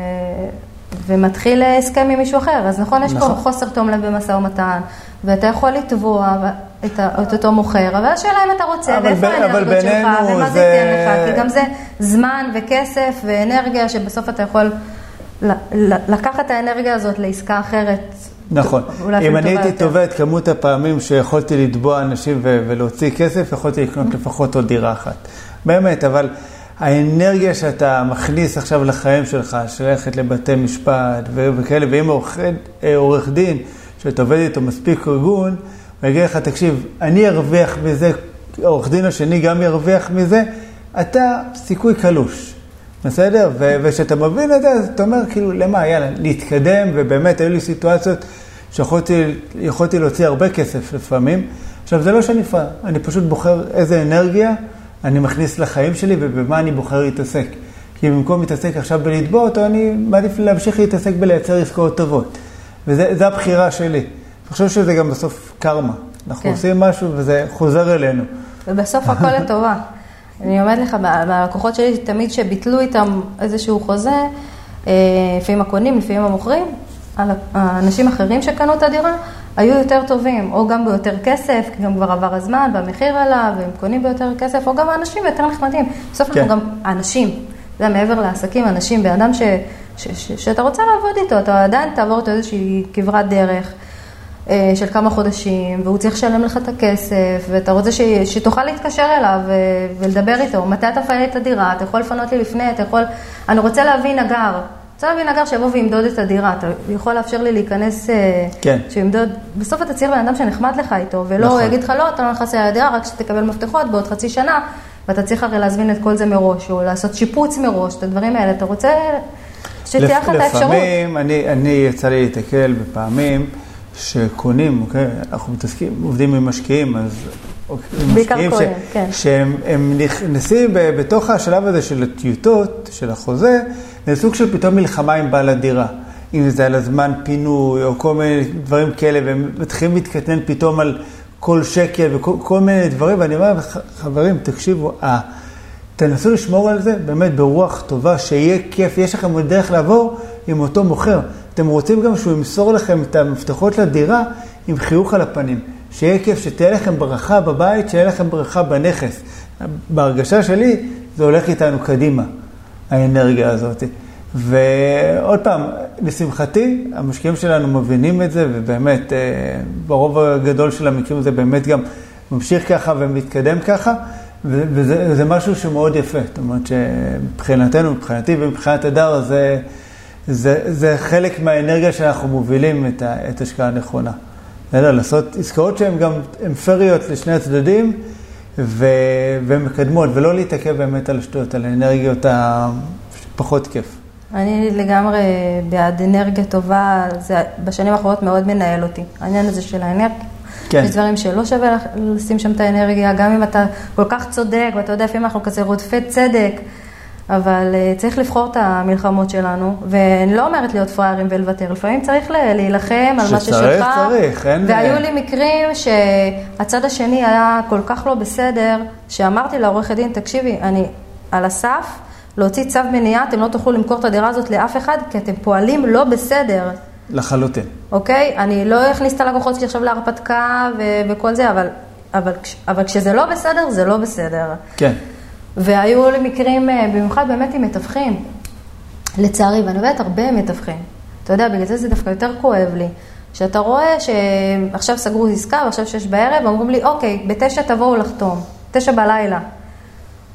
ומתחיל הסכם עם מישהו אחר. אז נכון, יש נכון. פה חוסר תום לב במשא ומתן, ואתה יכול לתבוע את, ה... את אותו מוכר, אבל השאלה אם אתה רוצה, ואיפה האנרגיות שלך, ומה זה ייתן לך, כי גם זה זמן וכסף ואנרגיה, שבסוף אתה יכול לקחת את האנרגיה הזאת לעסקה אחרת. נכון. אם אני הייתי תובע את כמות הפעמים שיכולתי לתבוע אנשים ולהוציא כסף, יכולתי לקנות לפחות עוד דירה אחת. באמת, אבל האנרגיה שאתה מכניס עכשיו לחיים שלך, שלכת לבתי משפט וכאלה, ואם עורך דין שאתה עובד איתו מספיק ארגון, הוא יגיד לך, תקשיב, אני ארוויח מזה, העורך דין השני גם ירוויח מזה, אתה סיכוי קלוש. בסדר? ושאתה מבין את זה, אז אתה אומר, כאילו, למה? יאללה, להתקדם, ובאמת, היו לי סיטואציות שיכולתי להוציא הרבה כסף לפעמים. עכשיו, זה לא שאני פעם, אני פשוט בוחר איזה אנרגיה אני מכניס לחיים שלי, ובמה אני בוחר להתעסק. כי במקום להתעסק עכשיו בלטבוע אותו, אני מעדיף להמשיך להתעסק בלייצר עסקאות טובות. וזה הבחירה שלי. אני חושב שזה גם בסוף קרמה. אנחנו כן. עושים משהו, וזה חוזר אלינו. ובסוף הכל לטובה. אני אומרת לך, מהלקוחות שלי, תמיד שביטלו איתם איזשהו חוזה, לפעמים הקונים, לפעמים המוכרים, האנשים אחרים שקנו את הדירה, היו יותר טובים, או גם ביותר כסף, כי גם כבר עבר הזמן, והמחיר עליו, והם קונים ביותר כסף, או גם האנשים יותר נחמדים. בסוף אנחנו גם אנשים, זה מעבר לעסקים, אנשים, באדם ש, ש, ש, שאתה רוצה לעבוד איתו, אתה עדיין תעבור איתו איזושהי כברת דרך, של כמה חודשים, והוא צריך לשלם לך את הכסף, ואתה רוצה ש... שתוכל להתקשר אליו ולדבר איתו. מתי אתה מפעיל את הדירה? אתה יכול לפנות לי לפני, אתה יכול... אני רוצה להביא נגר. אני רוצה להביא נגר שיבוא וימדוד את הדירה. אתה יכול לאפשר לי להיכנס... כן. שימדוד... בסוף אתה צריך בן אדם שנחמד לך איתו, ולא נכון. יגיד לך, לא, אתה לא נכנס לדירה, רק שתקבל מפתחות בעוד חצי שנה, ואתה צריך הרי להזמין את כל זה מראש, או לעשות שיפוץ מראש, את הדברים האלה. אתה רוצה שתהיה לך את האפשרות. לפעמים, אני, אני יצא לי להתקל בפעמים, שקונים, אוקיי? אנחנו מתעסקים, עובדים עם משקיעים, אז... בעיקר קוראים, כן. שהם נכנסים בתוך השלב הזה של הטיוטות, של החוזה, לסוג של פתאום מלחמה עם בעל הדירה. אם זה על הזמן פינוי, או כל מיני דברים כאלה, והם מתחילים להתקטנן פתאום על כל שקל, וכל כל מיני דברים, ואני אומר, חברים, תקשיבו, אה, תנסו לשמור על זה, באמת ברוח טובה, שיהיה כיף, יש לכם עוד דרך לעבור עם אותו מוכר. אתם רוצים גם שהוא ימסור לכם את המפתחות לדירה עם חיוך על הפנים. שיהיה כיף, שתהיה לכם ברכה בבית, שיהיה לכם ברכה בנכס. בהרגשה שלי, זה הולך איתנו קדימה, האנרגיה הזאת. ועוד פעם, לשמחתי, המשקיעים שלנו מבינים את זה, ובאמת, ברוב הגדול של המקרים זה באמת גם ממשיך ככה ומתקדם ככה, וזה זה משהו שמאוד יפה. זאת אומרת שמבחינתנו, מבחינתי ומבחינת הדר, זה... זה, זה חלק מהאנרגיה שאנחנו מובילים את, ה, את השקעה הנכונה. לעשות עסקאות שהן גם פריות לשני הצדדים ו, ומקדמות, ולא להתעכב באמת על השטויות, על האנרגיות הפחות כיף. אני לגמרי בעד אנרגיה טובה, זה בשנים האחרונות מאוד מנהל אותי. העניין הזה של האנרגיה. כן. יש דברים שלא שווה לשים שם את האנרגיה, גם אם אתה כל כך צודק, ואתה יודע, לפעמים אנחנו כזה רודפי צדק, אבל צריך לבחור את המלחמות שלנו, ואני לא אומרת להיות פראיירים ולוותר, לפעמים צריך להילחם על מה ששלך. שצריך, צריך, אין... והיו לי מקרים שהצד השני היה כל כך לא בסדר, שאמרתי לעורך הדין, תקשיבי, אני על הסף, להוציא צו מניעה, אתם לא תוכלו למכור את הדירה הזאת לאף אחד, כי אתם פועלים לא בסדר. לחלוטין. אוקיי? אני לא אכניס את הלקוחות שלי עכשיו להרפתקה ו- וכל זה, אבל, אבל, אבל כשזה לא בסדר, זה לא בסדר. כן. והיו לי מקרים, במיוחד באמת עם מתווכים, לצערי, ואני יודעת הרבה מתווכים. אתה יודע, בגלל זה זה דווקא יותר כואב לי. שאתה רואה שעכשיו סגרו עסקה, ועכשיו שש בערב, ואומרים לי, אוקיי, בתשע תבואו לחתום, תשע בלילה.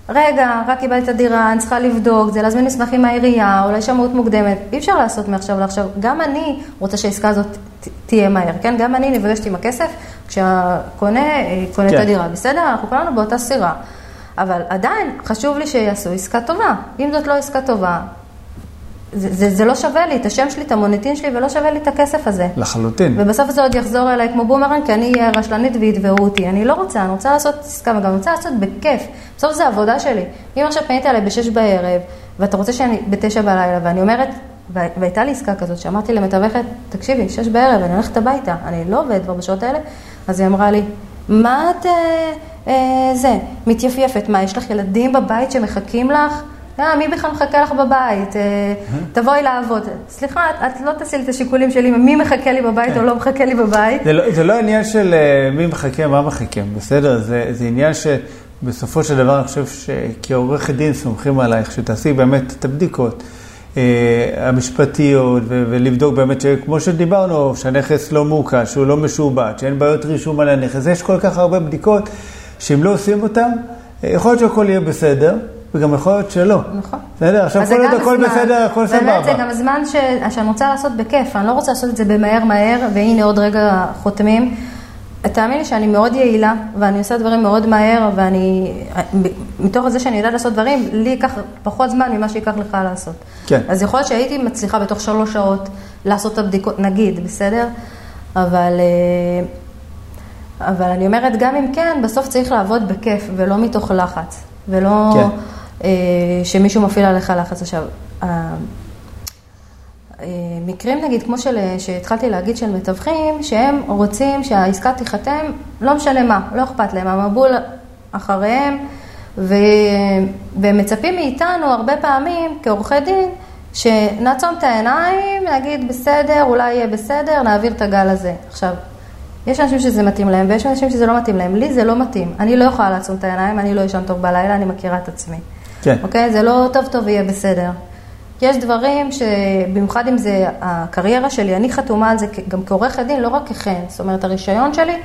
רגע, רק קיבלתי את הדירה, אני צריכה לבדוק, זה להזמין מסמכים מהעירייה, אולי שמאות מוקדמת. אי אפשר לעשות מעכשיו לעכשיו. גם אני רוצה שהעסקה הזאת תהיה מהר, כן? גם אני נפגשתי עם הכסף, כשהקונה קונה כן. את הדירה. בסדר? אנחנו כולנו באותה סירה. אבל עדיין חשוב לי שיעשו עסקה טובה. אם זאת לא עסקה טובה, זה, זה, זה לא שווה לי, את השם שלי, את המוניטין שלי, ולא שווה לי את הכסף הזה. לחלוטין. ובסוף זה עוד יחזור אליי כמו בומרנג, כי אני אהיה רשלנית ויתבעו אותי. אני לא רוצה, אני רוצה לעשות עסקה, וגם רוצה לעשות בכיף. בסוף זה עבודה שלי. אם עכשיו פנית עליי בשש בערב, ואתה רוצה שאני בתשע בלילה, ואני אומרת, והייתה לי עסקה כזאת, שאמרתי למתווכת, תקשיבי, שש בערב, אני הולכת הביתה, אני לא עובד כבר בשעות האלה, אז היא אמרה לי, מה את, אה, אה, זה, מתייפייפת, מה, יש לך ילדים בבית שמחכים לך? אה, מי בכלל מחכה לך בבית? אה, תבואי לעבוד. סליחה, את, את לא תעשי לי את השיקולים שלי, מי מחכה לי בבית כן. או לא מחכה לי בבית. זה לא, זה לא עניין של מי מחכה, מה מחכה, בסדר? זה, זה עניין שבסופו של דבר, אני חושב שכעורך דין סומכים עלייך, שתעשי באמת את הבדיקות. המשפטיות, ולבדוק באמת שכמו שדיברנו, שהנכס לא מורכב, שהוא לא משובד, שאין בעיות רישום על הנכס, יש כל כך הרבה בדיקות שאם לא עושים אותם, יכול להיות שהכל יהיה בסדר, וגם יכול להיות שלא. נכון. בסדר? עכשיו כל עוד הכל בסדר, הכל סבבה. באמת זה גם זמן שאני רוצה לעשות בכיף, אני לא רוצה לעשות את זה במהר מהר, והנה עוד רגע חותמים. תאמין לי שאני מאוד יעילה, ואני עושה דברים מאוד מהר, ואני, מתוך זה שאני יודעת לעשות דברים, לי ייקח פחות זמן ממה שיקח לך לעשות. כן. אז יכול להיות שהייתי מצליחה בתוך שלוש שעות לעשות את הבדיקות, נגיד, בסדר? אבל, אבל אני אומרת, גם אם כן, בסוף צריך לעבוד בכיף, ולא מתוך לחץ, ולא כן. שמישהו מפעיל עליך לחץ. עכשיו, מקרים נגיד, כמו של, שהתחלתי להגיד של מתווכים, שהם רוצים שהעסקה תיחתם, לא משנה מה, לא אכפת להם, המבול אחריהם, ו... ומצפים מאיתנו הרבה פעמים, כעורכי דין, שנעצום את העיניים, נגיד בסדר, אולי יהיה בסדר, נעביר את הגל הזה. עכשיו, יש אנשים שזה מתאים להם, ויש אנשים שזה לא מתאים להם. לי זה לא מתאים. אני לא יכולה לעצום את העיניים, אני לא ישן טוב בלילה, אני מכירה את עצמי. כן. אוקיי? זה לא טוב טוב יהיה בסדר. יש דברים שבמיוחד אם זה הקריירה שלי, אני חתומה על זה גם כעורך הדין, לא רק כחן. זאת אומרת, הרישיון שלי,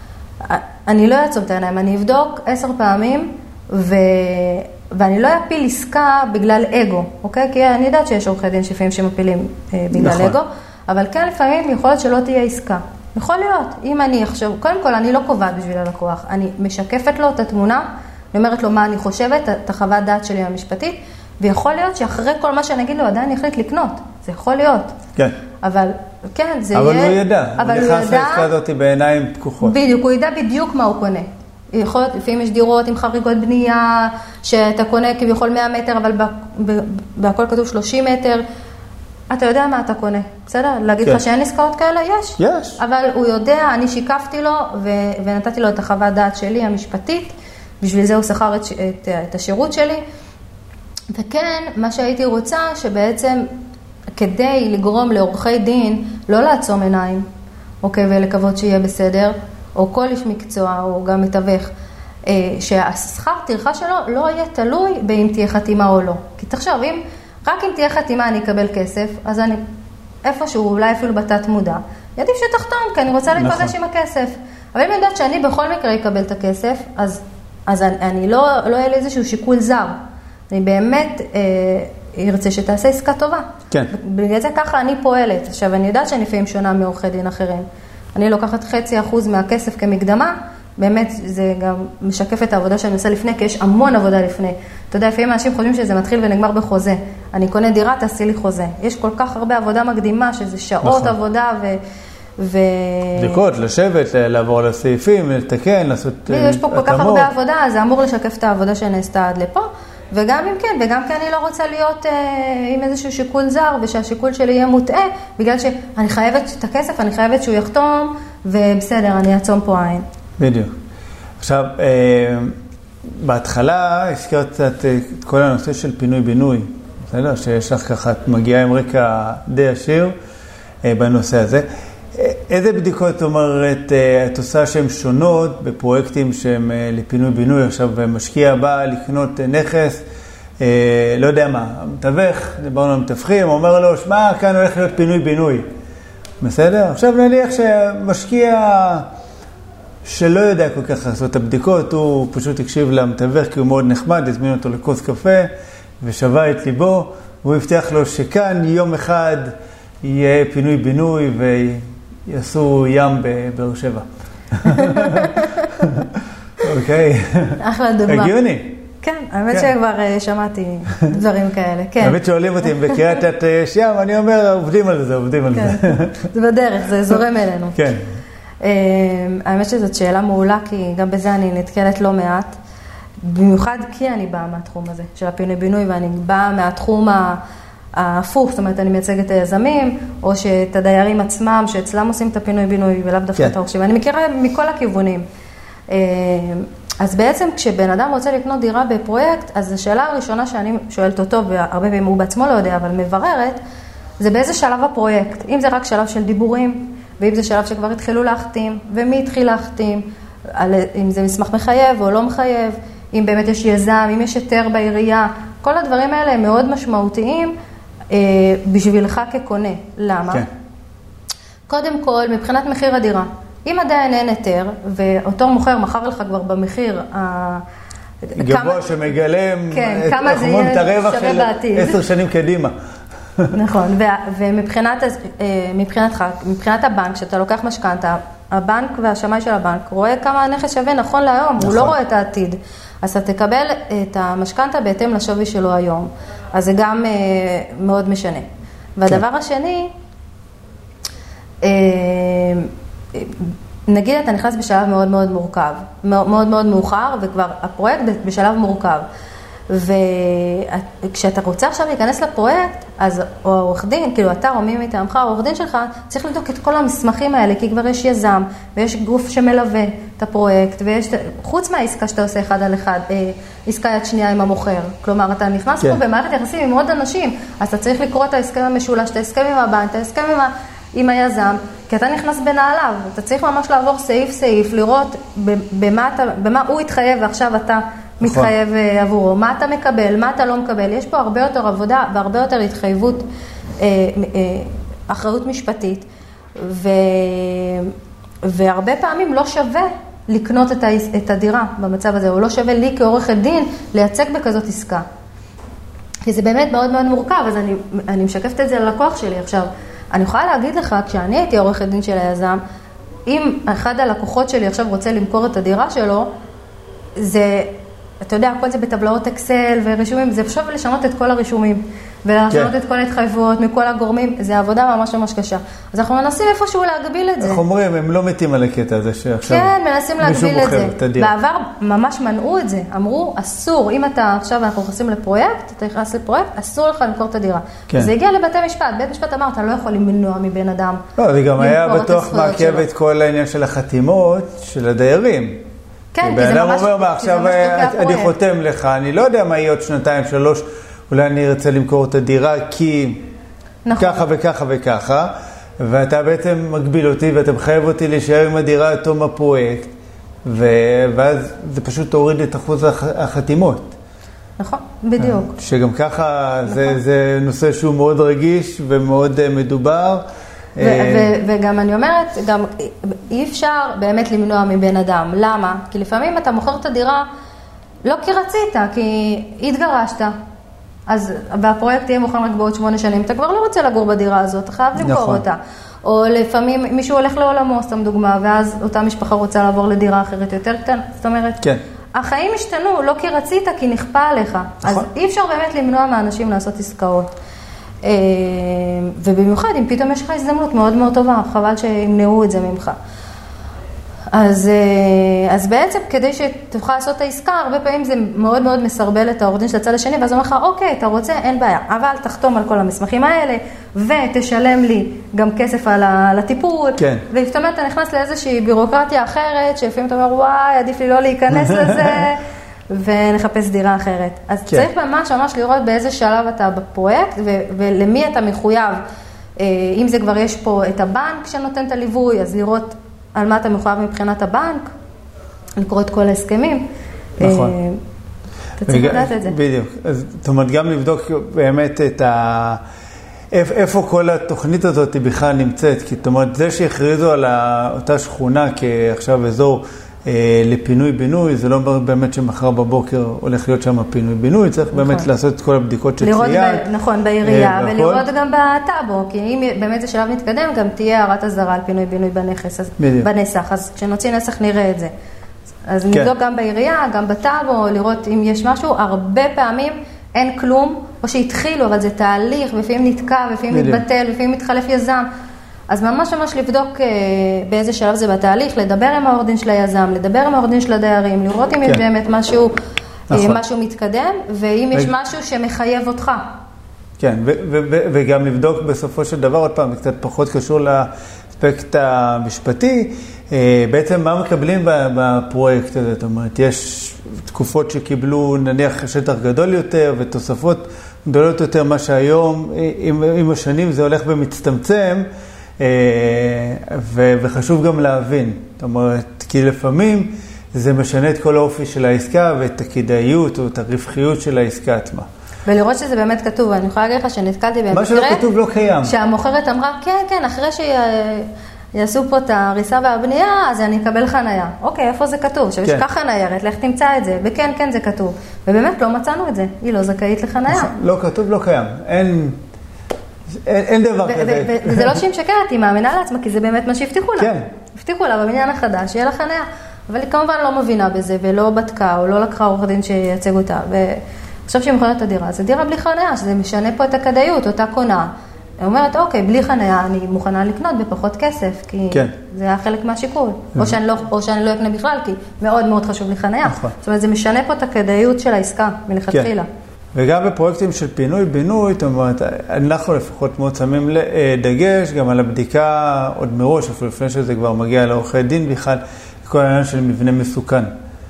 אני לא אעצום את העיניים, אני אבדוק עשר פעמים, ו... ואני לא אפיל עסקה בגלל אגו, אוקיי? כי אני יודעת שיש עורכי דין שפעים שמפילים אה, בגלל נכון. אגו, אבל כן לפעמים יכול להיות שלא תהיה עסקה. יכול להיות, אם אני עכשיו, קודם כל אני לא קובעת בשביל הלקוח, אני משקפת לו את התמונה, אני אומרת לו מה אני חושבת, את החוות דעת שלי המשפטית, ויכול להיות שאחרי כל מה שאני אגיד לו, עדיין יחליט לקנות. זה יכול להיות. כן. אבל, כן, זה אבל יהיה... הוא ידע. אבל הוא נכנס ידע... לעסקה הזאת בעיניים פקוחות. בדיוק, הוא ידע בדיוק מה הוא קונה. יכול להיות, לפעמים יש דירות עם חריגות בנייה, שאתה קונה כביכול מאה מטר, אבל בהכל כתוב שלושים מטר. אתה יודע מה אתה קונה, בסדר? להגיד כן. לך שאין עסקאות כאלה? יש. יש. אבל הוא יודע, אני שיקפתי לו, ו... ונתתי לו את החוות דעת שלי, המשפטית. בשביל זה הוא שכר את, את, את השירות שלי. וכן, מה שהייתי רוצה, שבעצם כדי לגרום לעורכי דין, לא לעצום עיניים, אוקיי, ולקוות שיהיה בסדר, או כל איש מקצוע, או גם מתווך, שהשכר טרחה שלו לא יהיה תלוי באם תהיה חתימה או לא. כי תחשוב, אם רק אם תהיה חתימה אני אקבל כסף, אז אני איפשהו, אולי אפילו בתת מודע, ידיף שתחתום, כי אני רוצה להתפגש נכון. עם הכסף. אבל אם אני יודעת שאני בכל מקרה אקבל את הכסף, אז, אז אני, אני לא, לא יהיה לי איזשהו שיקול זר. אני באמת אה, ארצה שתעשה עסקה טובה. כן. בגלל זה ככה אני פועלת. עכשיו, אני יודעת שאני לפעמים שונה מעורכי דין אחרים. אני לוקחת חצי אחוז מהכסף כמקדמה, באמת זה גם משקף את העבודה שאני עושה לפני, כי יש המון עבודה לפני. אתה יודע, לפעמים אנשים חושבים שזה מתחיל ונגמר בחוזה. אני קונה דירה, תעשי לי חוזה. יש כל כך הרבה עבודה מקדימה, שזה שעות נכון. עבודה ו... ו... דקות, לשבת, לעבור לסעיפים, לתקן, לעשות התאמות. יש פה כל כך הרבה עבודה, זה אמור לשקף את העבודה שנעשתה עד לפה. וגם אם כן, וגם כי אני לא רוצה להיות אה, עם איזשהו שיקול זר, ושהשיקול שלי יהיה מוטעה, בגלל שאני חייבת את הכסף, אני חייבת שהוא יחתום, ובסדר, אני אעצום פה עין. בדיוק. עכשיו, אה, בהתחלה הזכרת קצת את כל הנושא של פינוי-בינוי, בסדר? שיש לך ככה, את מגיעה עם רקע די עשיר אה, בנושא הזה. איזה בדיקות אומרת, את עושה שהן שונות בפרויקטים שהם לפינוי-בינוי? עכשיו משקיע בא לקנות נכס, לא יודע מה, המתווך, דיברנו על מתווכים, אומר לו, שמה, כאן הולך להיות פינוי-בינוי. בסדר? עכשיו נניח שמשקיע שלא יודע כל כך לעשות את הבדיקות, הוא פשוט הקשיב למתווך כי הוא מאוד נחמד, הזמין אותו לכוס קפה ושווה את ליבו, והוא הבטיח לו שכאן יום אחד יהיה פינוי בינוי ויעשו ים בבאר שבע. אוקיי. אחלה דוגמה. הגיוני. כן, האמת שכבר שמעתי דברים כאלה, כן. האמת שואלים אותי, אם בקריית אתא יש ים, אני אומר, עובדים על זה, עובדים על זה. זה בדרך, זה זורם אלינו. כן. האמת שזאת שאלה מעולה, כי גם בזה אני נתקלת לא מעט, במיוחד כי אני באה מהתחום הזה, של הפינוי בינוי, ואני באה מהתחום ההפוך, זאת אומרת, אני מייצגת את היזמים, או שאת הדיירים עצמם, שאצלם עושים את הפינוי בינוי, ולאו דווקא את הרוכשים. אני מכירה מכל הכיוונים. אז בעצם כשבן אדם רוצה לקנות דירה בפרויקט, אז השאלה הראשונה שאני שואלת אותו, והרבה פעמים הוא בעצמו לא יודע, אבל מבררת, זה באיזה שלב הפרויקט. אם זה רק שלב של דיבורים, ואם זה שלב שכבר התחילו להחתים, ומי התחיל להחתים, אם זה מסמך מחייב או לא מחייב, אם באמת יש יזם, אם יש היתר בעירייה, כל הדברים האלה הם מאוד משמעותיים אה, בשבילך כקונה. למה? כן. קודם כל, מבחינת מחיר הדירה. אם עדיין אין היתר, ואותו מוכר מכר לך כבר במחיר גבוה כמה, שמגלם כן, את, כמה זה יהיה שווה בעתיד. עשר שנים קדימה. נכון, ומבחינת מבחינתך, מבחינת הבנק, שאתה לוקח משכנתה, הבנק והשמאי של הבנק רואה כמה הנכס שווה נכון להיום, נכון. הוא לא רואה את העתיד. אז אתה תקבל את המשכנתה בהתאם לשווי שלו היום. אז זה גם מאוד משנה. והדבר כן. השני, נגיד אתה נכנס בשלב מאוד מאוד מורכב, מאוד מאוד מאוחר, וכבר הפרויקט בשלב מורכב. וכשאתה רוצה עכשיו להיכנס לפרויקט, אז העורך דין, כאילו אתה או מי מטעמך, העורך דין שלך, צריך לבדוק את כל המסמכים האלה, כי כבר יש יזם, ויש גוף שמלווה את הפרויקט, ויש, חוץ מהעסקה שאתה עושה אחד על אחד, עסקה יד שנייה עם המוכר. כלומר, אתה נכנס כן. פה במערכת יחסים עם עוד אנשים, אז אתה צריך לקרוא את ההסכם המשולש, את ההסכם עם הבנק, את ההסכם עם, ה, עם היזם, כי אתה נכנס בנעליו, אתה צריך ממש לעבור סעיף סעיף, לראות במה, אתה, במה הוא התחייב, ועכשיו אתה מתחייב עבורו, מה אתה מקבל, מה אתה לא מקבל. יש פה הרבה יותר עבודה והרבה יותר התחייבות, אחריות משפטית, ו... והרבה פעמים לא שווה לקנות את, ה... את הדירה במצב הזה, או לא שווה לי כעורכת דין לייצג בכזאת עסקה. כי זה באמת מאוד מאוד מורכב, אז אני, אני משקפת את זה ללקוח שלי. עכשיו, אני יכולה להגיד לך, כשאני הייתי עורכת דין של היזם, אם אחד הלקוחות שלי עכשיו רוצה למכור את הדירה שלו, זה... אתה יודע, הכל זה בטבלאות אקסל ורישומים, זה פשוט לשנות את כל הרישומים, ולשנות את כל ההתחייבויות מכל הגורמים, זה עבודה ממש ממש קשה. אז אנחנו מנסים איפשהו להגביל את זה. אנחנו אומרים, הם לא מתים על הקטע הזה שעכשיו כן, מנסים להגביל את זה. בעבר ממש מנעו את זה, אמרו, אסור, אם אתה עכשיו אנחנו נכנסים לפרויקט, אתה נכנס לפרויקט, אסור לך למכור את הדירה. זה הגיע לבתי משפט, בית משפט אמר, אתה לא יכול למנוע מבן אדם. לא, זה גם היה בטוח מעכב את כל העניין של החתימות של הדיירים. כן, כי זה ממש... אומר, מה, עכשיו אני חותם לך, אני לא יודע מה יהיה עוד שנתיים, שלוש, אולי אני ארצה למכור את הדירה, כי ככה וככה וככה, ואתה בעצם מגביל אותי, ואתה מחייב אותי להישאר עם הדירה עד תום הפרויקט, ואז זה פשוט תוריד את אחוז החתימות. נכון, בדיוק. שגם ככה זה נושא שהוא מאוד רגיש ומאוד מדובר, וגם אני אומרת, גם אי אפשר באמת למנוע מבן אדם. למה? כי לפעמים אתה מוכר את הדירה לא כי רצית, כי התגרשת. אז והפרויקט יהיה מוכן רק בעוד שמונה שנים, אתה כבר לא רוצה לגור בדירה הזאת, אתה חייב למכור אותה. או לפעמים מישהו הולך לעולמו, סתם דוגמה, ואז אותה משפחה רוצה לעבור לדירה אחרת יותר קטנה. זאת אומרת, החיים השתנו, לא כי רצית, כי נכפה עליך. אז אי אפשר באמת למנוע מאנשים לעשות עסקאות. ובמיוחד, אם פתאום יש לך הזדמנות מאוד מאוד טובה, חבל שימנעו את זה ממך. אז, אז בעצם, כדי שתוכל לעשות את העסקה, הרבה פעמים זה מאוד מאוד מסרבל את העורך דין של הצד השני, ואז הוא אומר לך, אוקיי, אתה רוצה, אין בעיה, אבל תחתום על כל המסמכים האלה, ותשלם לי גם כסף על הטיפול, כן. ולפתאום אתה נכנס לאיזושהי בירוקרטיה אחרת, שלפעמים אתה אומר, וואי, עדיף לי לא להיכנס לזה, ונחפש דירה אחרת. אז כן. צריך ממש ממש לראות באיזה שלב אתה בפרויקט, ו- ולמי אתה מחויב. אם זה כבר יש פה את הבנק שנותן את הליווי, אז לראות על מה אתה מחויב מבחינת הבנק, לקרוא את כל ההסכמים. נכון. אתה צריך לדעת את זה. בדיוק. אז, זאת אומרת, גם לבדוק באמת את, ה- איפה כל התוכנית הזאת בכלל נמצאת? כי זאת אומרת, זה שהכריזו על אותה שכונה כעכשיו אזור אה, לפינוי-בינוי, זה לא אומר באמת שמחר בבוקר הולך להיות שם פינוי-בינוי, צריך נכון. באמת לעשות את כל הבדיקות שציינת. ב, נכון, בעירייה, אה, ולראות גם בטאבו, כי אם באמת זה שלב מתקדם, גם תהיה הערת הזרה על פינוי-בינוי בנכס, אז, בנסח, אז כשנוציא נסח נראה את זה. אז כן. נבדוק גם בעירייה, גם בטאבו, לראות אם יש משהו, הרבה פעמים אין כלום, או שהתחילו, אבל זה תהליך, לפעמים נתקע, לפעמים מתבטל, לפעמים מתחלף יזם. אז ממש ממש לבדוק באיזה שלב זה בתהליך, לדבר עם העורך דין של היזם, לדבר עם העורך דין של הדיירים, לראות אם יש באמת משהו, משהו מתקדם, ואם יש משהו שמחייב אותך. כן, וגם לבדוק בסופו של דבר, עוד פעם, קצת פחות קשור לאספקט המשפטי, בעצם מה מקבלים בפרויקט הזה? זאת אומרת, יש תקופות שקיבלו נניח שטח גדול יותר ותוספות גדולות יותר, מה שהיום עם, עם השנים זה הולך ומצטמצם, ו, וחשוב גם להבין. זאת אומרת, כי לפעמים זה משנה את כל האופי של העסקה ואת הכדאיות או את הרווחיות של העסקה עצמה. ולראות שזה באמת כתוב, אני יכולה להגיד לך שנתקלתי במקרה, מה שלא כתוב לא קיים. שהמוכרת אמרה, כן, כן, אחרי שיעשו פה את ההריסה והבנייה, אז אני אקבל חנייה. אוקיי, איפה זה כתוב? עכשיו יש ככה ניירת, לך תמצא את זה, וכן, כן, זה כתוב. ובאמת לא מצאנו את זה, היא לא זכאית לחנייה. לא כתוב, לא קיים. אין, אין דבר כזה. וזה לא שהיא משקרת, היא מאמינה לעצמה, כי זה באמת מה שהבטיחו לה. כן. הבטיחו לה בבניין החדש, שיהיה לה חנייה. אבל היא כמובן לא מבינה בזה, ולא בדקה, או לא לקחה עורך דין שייצג אותה. עכשיו שהיא מוכרת את הדירה, זה דירה בלי חניה, שזה משנה פה את הכדאיות, אותה קונה. היא אומרת, אוקיי, בלי חניה אני מוכנה לקנות בפחות כסף, כי כן. זה היה חלק מהשיקול. או שאני לא, או שאני לא אקנה בכלל, כי מאוד מאוד חשוב לי חניה. נכון. זאת אומרת, זה משנה פה את הכדאיות של העסקה, מלכתחילה. כן. וגם בפרויקטים של פינוי-בינוי, זאת אומרת, אנחנו לפחות מאוד שמים דגש, גם על הבדיקה עוד מראש, אפילו לפני שזה כבר מגיע לעורכי דין בכלל, כל העניין של מבנה מסוכן.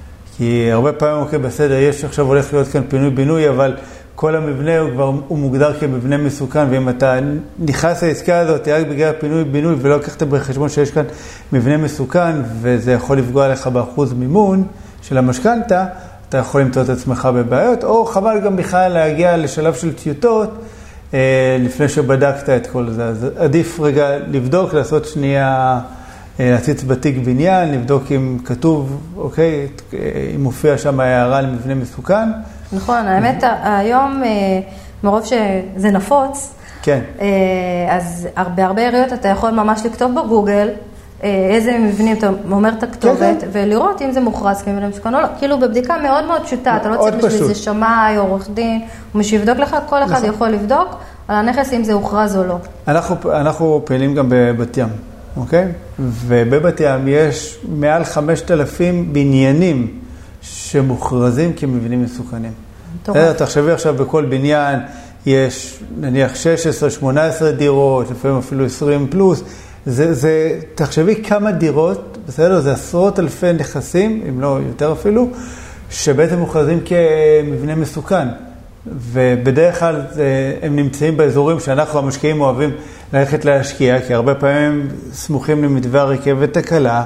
כי הרבה פעמים, אוקיי, בסדר, יש עכשיו הולך להיות כאן פינוי-בינוי, אבל כל המבנה הוא כבר הוא מוגדר כמבנה מסוכן, ואם אתה נכנס לעסקה הזאת, רק בגלל פינוי-בינוי, ולא לקחת בחשבון שיש כאן מבנה מסוכן, וזה יכול לפגוע לך באחוז מימון של המשכנתה, אתה יכול למצוא את עצמך בבעיות, או חבל גם בכלל להגיע לשלב של טיוטות, אה, לפני שבדקת את כל זה. אז עדיף רגע לבדוק, לעשות שנייה, להציץ בתיק בניין, לבדוק אם כתוב, אוקיי, אם מופיע שם הערה למבנה מסוכן. נכון, האמת, היום, מרוב שזה נפוץ, כן. אז בהרבה עיריות אתה יכול ממש לכתוב בגוגל, איזה מבנים, אתה אומר את הכתובת, כן, כן. ולראות אם זה מוכרז כמבנה מסוכן או לא. כאילו בבדיקה מאוד מאוד פשוטה, אתה לא צריך בשביל זה שמאי או עורך דין, הוא שיבדוק לך, כל אחד נכון. יכול לבדוק על הנכס אם זה הוכרז או לא. אנחנו, אנחנו פעילים גם בבת ים. אוקיי? ובבת ים יש מעל חמשת אלפים בניינים שמוכרזים כמבנים מסוכנים. תחשבי עכשיו בכל בניין יש נניח שש עשרה שמונה עשרה דירות, לפעמים אפילו עשרים פלוס. זה, זה, תחשבי כמה דירות, בסדר? זה עשרות אלפי נכסים, אם לא יותר אפילו, שבעצם מוכרזים כמבנה מסוכן. ובדרך כלל הם נמצאים באזורים שאנחנו המשקיעים אוהבים ללכת להשקיע, כי הרבה פעמים סמוכים למתווה הרכבת הקלה,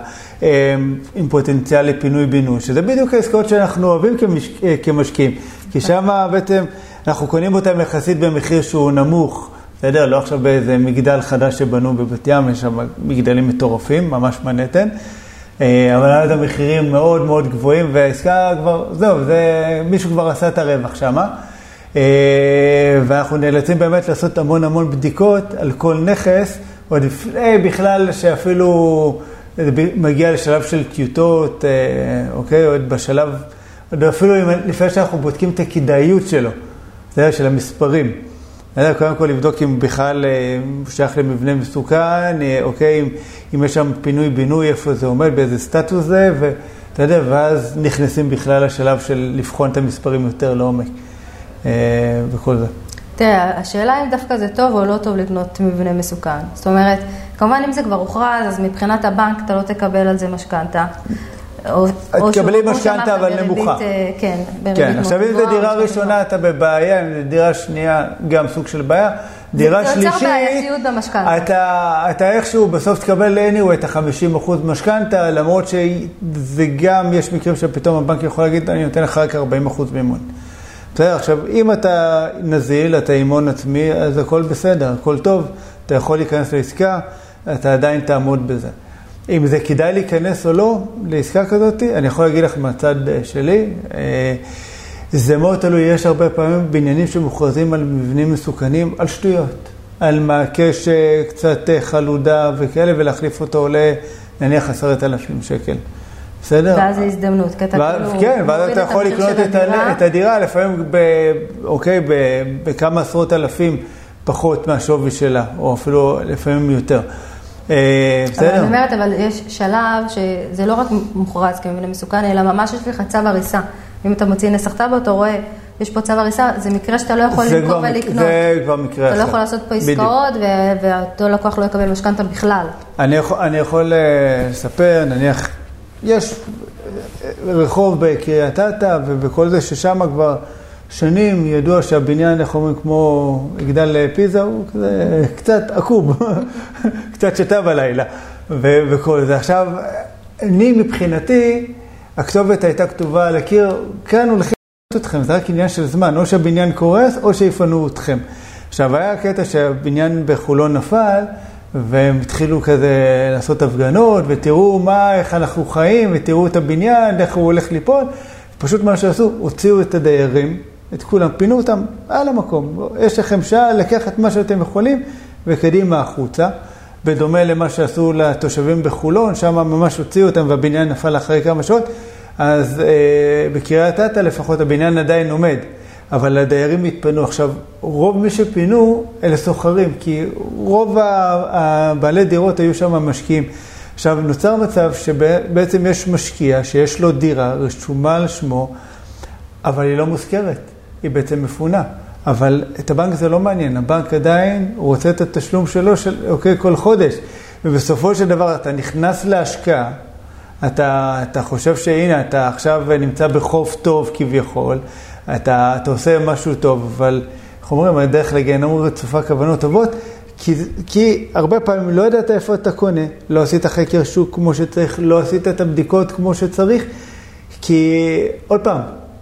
עם פוטנציאל לפינוי בינוי, שזה בדיוק העסקאות שאנחנו אוהבים כמשקיעים, כי שם בעצם אנחנו קונים אותם יחסית במחיר שהוא נמוך, בסדר? לא עכשיו באיזה מגדל חדש שבנו בבת ים, יש שם מגדלים מטורפים, ממש מנתן, אבל אז המחירים מאוד מאוד גבוהים, והעסקה כבר, זהו, זה, מישהו כבר עשה את הרווח שם, ואנחנו נאלצים באמת לעשות המון המון בדיקות על כל נכס, עוד בכלל שאפילו מגיע לשלב של טיוטות, אוקיי, עוד בשלב, עוד אפילו לפני שאנחנו בודקים את הכדאיות שלו, זה של המספרים. קודם כל לבדוק אם בכלל שייך למבנה מסוכן, אוקיי, אם, אם יש שם פינוי בינוי, איפה זה עומד, באיזה סטטוס זה, ואתה יודע, ואז נכנסים בכלל לשלב של לבחון את המספרים יותר לעומק. וכל זה. תראה, השאלה אם דווקא זה טוב או לא טוב לקנות מבנה מסוכן. זאת אומרת, כמובן אם זה כבר הוכרז, אז מבחינת הבנק אתה לא תקבל על זה משכנתה. תקבלי משכנתה אבל נמוכה. כן, כן, עכשיו אם זה דירה ראשונה אתה בבעיה, אם זה דירה שנייה גם סוג של בעיה. דירה שלישית, אתה איכשהו בסוף תקבל anyway את ה-חמישים אחוז משכנתה, למרות שזה גם, יש מקרים שפתאום הבנק יכול להגיד, אני נותן לך רק ארבעים אחוז מימון. בסדר, עכשיו, אם אתה נזיל, אתה אימון עצמי, אז הכל בסדר, הכל טוב, אתה יכול להיכנס לעסקה, אתה עדיין תעמוד בזה. אם זה כדאי להיכנס או לא לעסקה כזאת, אני יכול להגיד לך מהצד שלי, זה מאוד תלוי, יש הרבה פעמים בניינים שמוכרזים על מבנים מסוכנים, על שטויות, על מעקה שקצת חלודה וכאלה, ולהחליף אותו עולה נניח עשרת אלפים שקל. בסדר? ואז זה הזדמנות, כי אתה כאילו... כן, ואז אתה יכול לקנות את הדירה, לפעמים בכמה עשרות אלפים פחות מהשווי שלה, או אפילו לפעמים יותר. אבל אני אומרת, אבל יש שלב שזה לא רק מוכרז כמבנה מסוכן, אלא ממש יש לך צו הריסה. אם אתה מוציא נסח טאבו, אתה רואה, יש פה צו הריסה, זה מקרה שאתה לא יכול למכור ולקנות. זה כבר מקרה אחר. אתה לא יכול לעשות פה עסקאות, ואותו לקוח לא יקבל משכנתא בכלל. אני יכול לספר, נניח, יש רחוב בקריית אתא, ובכל זה ששם כבר שנים ידוע שהבניין, איך אומרים, כמו מגדל פיזה, הוא כזה קצת עקוב, קצת שתה בלילה, וכל זה. עכשיו, אני מבחינתי, הכתובת הייתה כתובה על הקיר, כאן הולכים אתכם, זה רק עניין של זמן, או שהבניין קורס, או שיפנו אתכם. עכשיו, היה הקטע שהבניין בחולון נפל, והם התחילו כזה לעשות הפגנות, ותראו מה, איך אנחנו חיים, ותראו את הבניין, איך הוא הולך ליפול. פשוט מה שעשו, הוציאו את הדיירים, את כולם, פינו אותם על המקום. יש לכם שעה לקחת מה שאתם יכולים, וקדימה החוצה. בדומה למה שעשו לתושבים בחולון, שם ממש הוציאו אותם, והבניין נפל אחרי כמה שעות. אז אה, בקריית אתא לפחות הבניין עדיין עומד. אבל הדיירים התפנו. עכשיו, רוב מי שפינו אלה סוחרים, כי רוב הבעלי דירות היו שם משקיעים. עכשיו, נוצר מצב שבעצם יש משקיע שיש לו דירה רשומה על שמו, אבל היא לא מוזכרת, היא בעצם מפונה. אבל את הבנק זה לא מעניין, הבנק עדיין רוצה את התשלום שלו של, אוקיי, כל חודש. ובסופו של דבר אתה נכנס להשקעה, אתה, אתה חושב שהנה, אתה עכשיו נמצא בחוף טוב כביכול, אתה, אתה עושה משהו טוב, אבל איך אומרים, הדרך לגיהנום רצופה כוונות טובות, כי, כי הרבה פעמים לא ידעת איפה אתה קונה, לא עשית חקר שוק כמו שצריך, לא עשית את הבדיקות כמו שצריך, כי עוד פעם,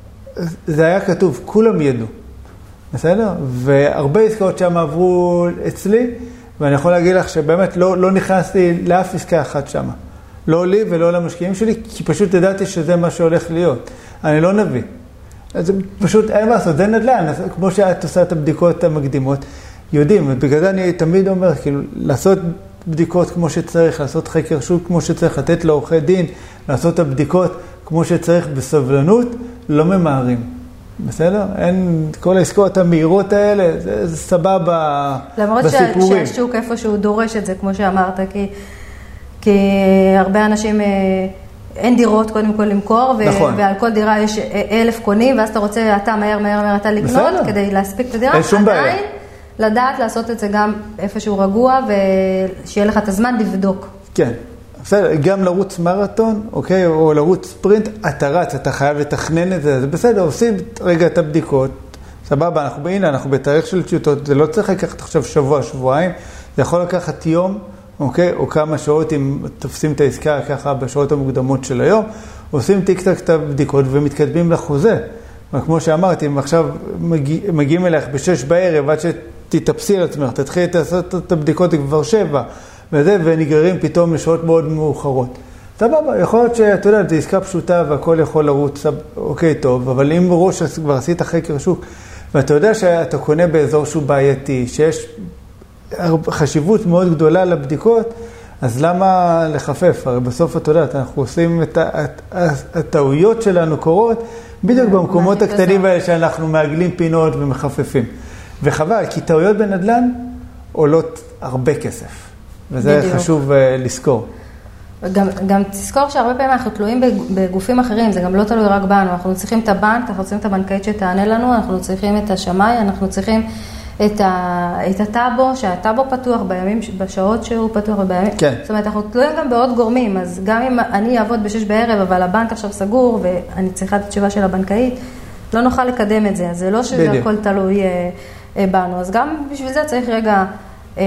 זה היה כתוב, כולם ידעו, בסדר? והרבה עסקאות שם עברו אצלי, ואני יכול להגיד לך שבאמת לא, לא נכנסתי לאף עסקה אחת שם. לא לי ולא למשקיעים שלי, כי פשוט ידעתי שזה מה שהולך להיות. אני לא נביא. אז פשוט אין מה לעשות, זה נדל"ן, כמו שאת עושה את הבדיקות המקדימות, יודעים, ובגלל זה אני תמיד אומר, כאילו, לעשות בדיקות כמו שצריך, לעשות חקר שוק כמו שצריך, לתת לעורכי דין, לעשות את הבדיקות כמו שצריך בסבלנות, לא ממהרים. בסדר? אין כל העסקאות המהירות האלה, זה, זה סבבה למרות בסיפורים. למרות שהשוק איפשהו דורש את זה, כמו שאמרת, כי, כי הרבה אנשים... אין דירות קודם כל למכור, ו- נכון. ועל כל דירה יש אלף קונים, ואז אתה רוצה, אתה מהר, מהר, מהר, אתה לקנות, בסדר. כדי להספיק את הדירה. אין שום בעיה. עדיין, לדעת לעשות את זה גם איפשהו רגוע, ושיהיה לך את הזמן לבדוק. כן, בסדר, גם לרוץ מרתון, אוקיי, או לרוץ ספרינט, אתה רץ, אתה חייב לתכנן את זה, זה בסדר, עושים רגע את הבדיקות, סבבה, אנחנו בהנה, אנחנו בתאריך של טיוטות, זה לא צריך לקחת עכשיו שבוע, שבועיים, זה יכול לקחת יום, אוקיי? או כמה שעות אם תופסים את העסקה ככה בשעות המוקדמות של היום, עושים טיק-טק את הבדיקות ומתקדמים לחוזה. וכמו שאמרתי, אם עכשיו מגיע, מגיעים אליך בשש בערב, עד שתתאפסי על עצמך, תתחיל לעשות את הבדיקות כבר שבע, וזה, ונגררים פתאום לשעות מאוד מאוחרות. סבבה, יכול להיות שאתה יודע, זו עסקה פשוטה והכל יכול לרוץ, אוקיי, טוב, אבל אם ראש כבר עשית חקר שוק, ואתה יודע שאתה קונה באזור שהוא בעייתי, שיש חשיבות מאוד גדולה לבדיקות, אז למה לחפף? הרי בסוף אתה יודעת, אנחנו עושים את הטעויות שלנו קורות, בדיוק במקומות הקטנים האלה שאנחנו מעגלים פינות ומחפפים. וחבל, כי טעויות בנדל"ן עולות הרבה כסף. וזה חשוב לזכור. גם, גם תזכור שהרבה פעמים אנחנו תלויים בגופים אחרים, זה גם לא תלוי רק בנו. אנחנו צריכים את הבנק, אנחנו צריכים את הבנקאית שתענה לנו, אנחנו צריכים את השמאי, אנחנו צריכים את, ה, את הטאבו, שהטאבו פתוח בימים, בשעות שהוא פתוח ובימים. כן. זאת אומרת, אנחנו תלויים גם בעוד גורמים, אז גם אם אני אעבוד בשש בערב, אבל הבנק עכשיו סגור, ואני צריכה את התשובה של הבנקאית, לא נוכל לקדם את זה, אז זה לא שזה בדיוק. הכל תלוי אה, אה, בנו. אז גם בשביל זה צריך רגע אה,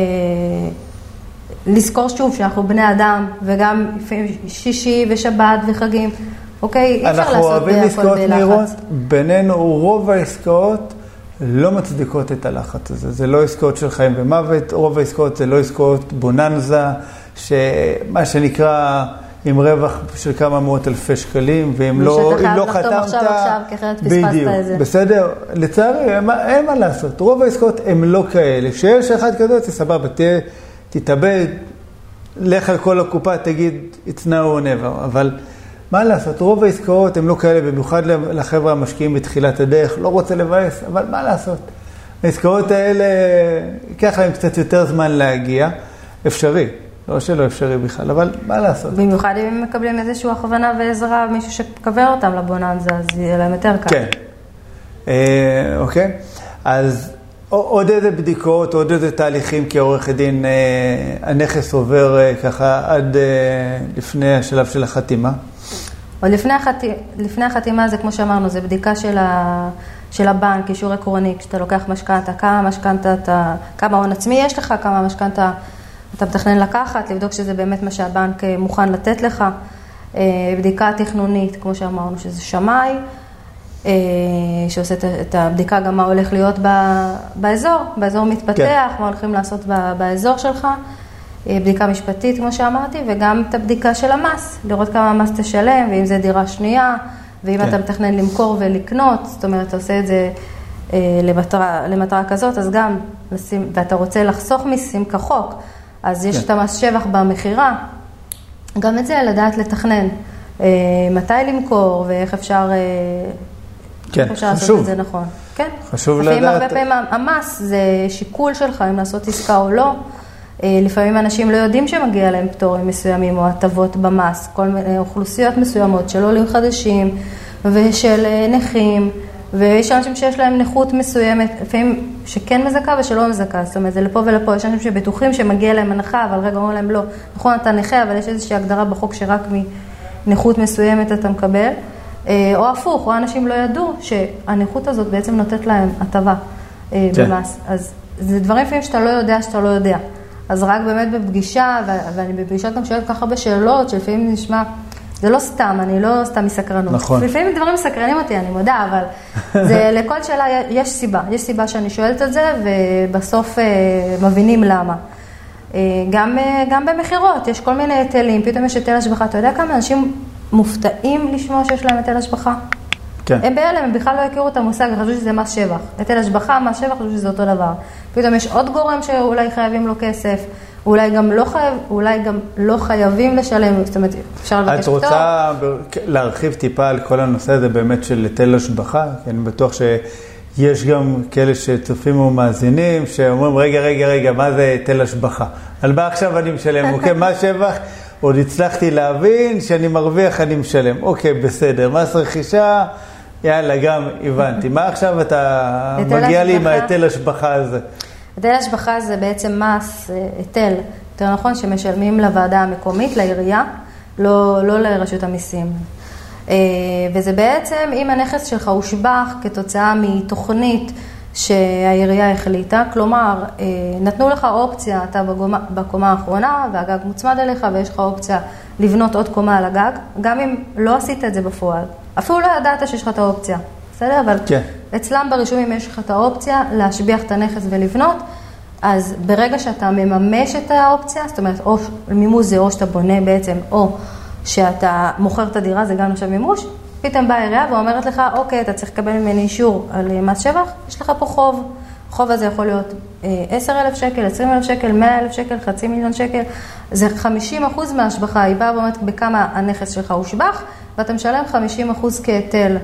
לזכור שוב שאנחנו בני אדם, וגם שישי ושבת וחגים, אוקיי? אי אפשר לעשות אנחנו אוהבים עסקאות מהירות, בינינו רוב העסקאות לא מצדיקות את הלחץ הזה. זה לא עסקאות של חיים ומוות, רוב העסקאות זה לא עסקאות בוננזה, שמה שנקרא עם רווח של כמה מאות אלפי שקלים, ואם לא, אם לא חתמת, עכשיו עכשיו, כי אחרת פספסת את זה. בסדר, לצערי, אין מה לעשות. רוב העסקאות הן לא כאלה. כשיש אחד כזה, זה סבבה, תתאבד, לך על כל הקופה, תגיד, it's now or never. אבל מה לעשות? רוב העסקאות הן לא כאלה, במיוחד לחבר'ה המשקיעים בתחילת הדרך, לא רוצה לבאס, אבל מה לעשות? העסקאות האלה, ייקח להם קצת יותר זמן להגיע, אפשרי. לא שלא אפשרי בכלל, אבל מה לעשות? במיוחד אם הם מקבלים איזושהי הכוונה ועזרה, מישהו שקבר אותם לבוננזה, אז יהיה להם יותר קל. כן. אה, אוקיי. אז עוד איזה בדיקות, עוד איזה תהליכים כעורך דין, אה, הנכס עובר אה, ככה עד אה, לפני השלב של החתימה? עוד לפני, החת... לפני החתימה זה כמו שאמרנו, זה בדיקה של, ה... של הבנק, אישור עקרוני, כשאתה לוקח משכנתה, כמה משכנתה, אתה... כמה הון עצמי יש לך, כמה משכנתה אתה מתכנן לקחת, לבדוק שזה באמת מה שהבנק מוכן לתת לך. בדיקה תכנונית, כמו שאמרנו, שזה שמאי, שעושה את הבדיקה גם מה הולך להיות באזור, באזור מתפתח, כן. מה הולכים לעשות באזור שלך. בדיקה משפטית, כמו שאמרתי, וגם את הבדיקה של המס, לראות כמה המס תשלם, ואם זה דירה שנייה, ואם כן. אתה מתכנן למכור ולקנות, זאת אומרת, אתה עושה את זה למטרה, למטרה כזאת, אז גם, לשים, ואתה רוצה לחסוך מיסים כחוק, אז יש את המס שבח במחירה, גם את זה לדעת לתכנן, מתי למכור ואיך אפשר, כן, איך אפשר חשוב. לעשות את זה נכון. כן, חשוב לפעמים לדעת. הרבה פעמים המס זה שיקול שלך אם לעשות עסקה או לא, לפעמים אנשים לא יודעים שמגיע להם פטורים מסוימים או הטבות במס, כל מיני אוכלוסיות מסוימות של עולים חדשים ושל נכים, ויש אנשים שיש להם נכות מסוימת, לפעמים שכן מזכה ושלא מזכה, זאת אומרת, זה לפה ולפה, יש אנשים שבטוחים שמגיע להם הנחה, אבל רגע אומרים להם לא, נכון אתה נכה, אבל יש איזושהי הגדרה בחוק שרק מנכות מסוימת אתה מקבל, או הפוך, או אנשים לא ידעו שהנכות הזאת בעצם נותנת להם הטבה במס, אז זה דברים לפעמים שאתה לא יודע, שאתה לא יודע. אז רק באמת בפגישה, ואני בפגישות גם שואלת ככה בשאלות, שלפעמים נשמע, זה לא סתם, אני לא סתם מסקרנות. נכון. לפעמים דברים מסקרנים אותי, אני מודה, אבל זה, לכל שאלה יש סיבה. יש סיבה שאני שואלת את זה, ובסוף מבינים למה. גם, גם במחירות, יש כל מיני היטלים, פתאום יש היטל השבחה. אתה יודע כמה אנשים מופתעים לשמוע שיש להם היטל השבחה? כן. הם בהלם, הם בכלל לא הכירו את המושג, חשבו שזה מס שבח. היטל השבחה, מס שבח, חשבו שזה אותו דבר. פתאום יש עוד גורם שאולי חייבים לו כסף, אולי גם לא, חייב, אולי גם לא חייבים לשלם, זאת אומרת, אפשר לבקש פטור. את רוצה להרחיב טיפה על כל הנושא הזה באמת של היטל השבחה? כי אני בטוח שיש גם כאלה שצופים ומאזינים, שאומרים, רגע, רגע, רגע, מה זה היטל השבחה? על מה עכשיו אני משלם? אוקיי, מה שבח? עוד הצלחתי להבין שאני מרוויח, אני משלם. אוקיי, בסדר. מס רכישה, יאללה, גם הבנתי. מה עכשיו אתה מגיע לי עם ההיטל השבחה הזה? היטל השבחה זה בעצם מס, היטל, יותר נכון, שמשלמים לוועדה המקומית, לעירייה, לא, לא לרשות המיסים. וזה בעצם, אם הנכס שלך הושבח כתוצאה מתוכנית שהעירייה החליטה, כלומר, נתנו לך אופציה, אתה בקומה, בקומה האחרונה, והגג מוצמד אליך, ויש לך אופציה לבנות עוד קומה על הגג, גם אם לא עשית את זה בפועל. אפילו לא ידעת שיש לך את האופציה. בסדר? אבל כן. אצלם ברישומים יש לך את האופציה להשביח את הנכס ולבנות, אז ברגע שאתה מממש את האופציה, זאת אומרת, או מימוש זה או שאתה בונה בעצם, או שאתה מוכר את הדירה, זה גם נחשב מימוש, פתאום באה העירייה ואומרת לך, אוקיי, אתה צריך לקבל ממני אישור על מס שבח, יש לך פה חוב. החוב הזה יכול להיות עשרת אלפים שקל, עשרים אלף שקל, מאה אלף שקל, חצי מיליון שקל, זה חמישים אחוז מההשבחה, היא באה ואומרת בכמה הנכס שלך הושבח, ואתה משלם חמישים אחוז כהיטל.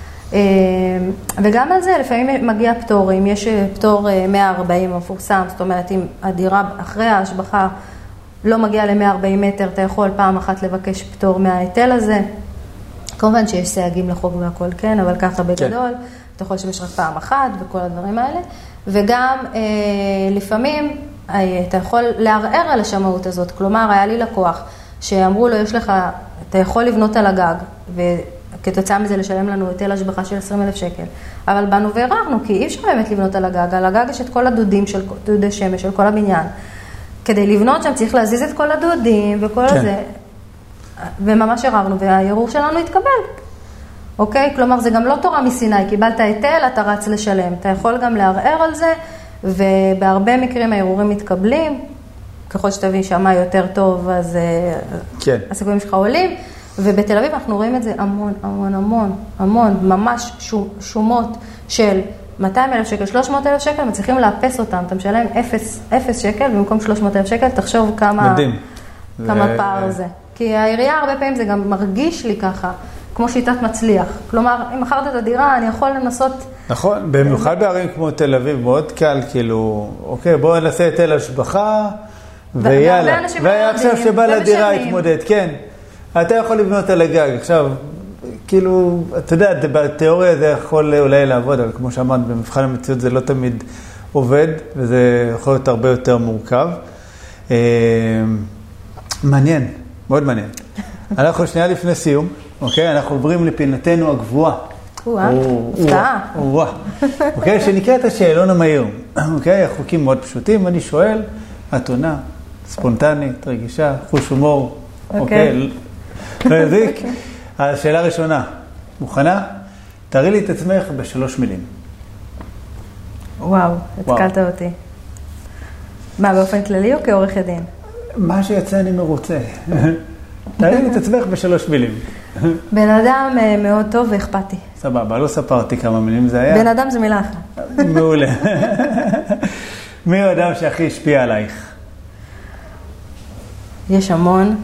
וגם על זה לפעמים מגיע פטורים, יש פטור מאה וארבעים מפורסם, זאת אומרת אם הדירה אחרי ההשבחה לא מגיעה ל-מאה וארבעים מטר, אתה יכול פעם אחת לבקש פטור מההיטל הזה. כמובן שיש סייגים לחוק והכל, כן, אבל ככה בגדול, אתה יכול לשמש רק פעם אחת וכל הדברים האלה. וגם אה, לפעמים אה, אתה יכול לערער על השמאות הזאת, כלומר היה לי לקוח שאמרו לו יש לך, אתה יכול לבנות על הגג וכתוצאה מזה לשלם לנו היטל השבחה של עשרים אלף שקל, אבל באנו והערערנו כי אי אפשר באמת לבנות על הגג, על הגג יש את כל הדודים של דודי שמש, של כל הבניין, כדי לבנות שם צריך להזיז את כל הדודים וכל כן. הזה. וממש הררנו, והערעור שלנו התקבל. אוקיי? כלומר, זה גם לא תורה מסיני, קיבלת היטל, אתה רץ לשלם. אתה יכול גם לערער על זה, ובהרבה מקרים הערעורים מתקבלים. ככל שתבין שמה יותר טוב, אז כן. הסיכויים שלך עולים. ובתל אביב אנחנו רואים את זה המון, המון, המון, המון, ממש שומות של מאתיים אלף שקל, שלוש מאות אלף שקל, מצליחים לאפס אותם. אתה משלם אפס, אפס שקל, במקום שלוש מאות אלף שקל, תחשוב כמה, מדהים. כמה ו... פער זה. כי העירייה הרבה פעמים זה גם מרגיש לי ככה, כמו שיטת מצליח. כלומר, אם מכרת את הדירה, אני יכול לנסות... נכון, במיוחד בערים כמו תל אביב, מאוד קל, כאילו, אוקיי, בואו נעשה היטל השבחה, ויאללה. ועכשיו שבא לדירה התמודד, כן. אתה יכול לבנות על הגג. עכשיו, כאילו, אתה יודע, בתיאוריה זה יכול אולי לעבוד, אבל כמו שאמרת, במבחן המציאות זה לא תמיד עובד, וזה יכול להיות הרבה יותר מורכב. מעניין, מאוד מעניין. אנחנו שנייה לפני סיום, אוקיי? אנחנו עוברים לפינתנו הגבוהה. וואה, הפתעה. וואה. אוקיי, שנקרא את השאלון המהיר. אוקיי, החוקים מאוד פשוטים, אני שואל, את עונה, ספונטנית, רגישה, חוש הומור. אוקיי. לא יזיק. השאלה הראשונה, מוכנה? תראי לי את עצמך בשלוש מילים. וואו, התקלת אותי. מה, באופן כללי או כעורך הדין? מה שיוצא אני מרוצה. תראי לי את עצמך בשלוש מילים. בן אדם מאוד טוב ואכפתי. סבבה, לא ספרתי כמה מילים זה היה. בן אדם זה מילה אחת. מעולה. מי הוא האדם שהכי השפיע עלייך? יש המון.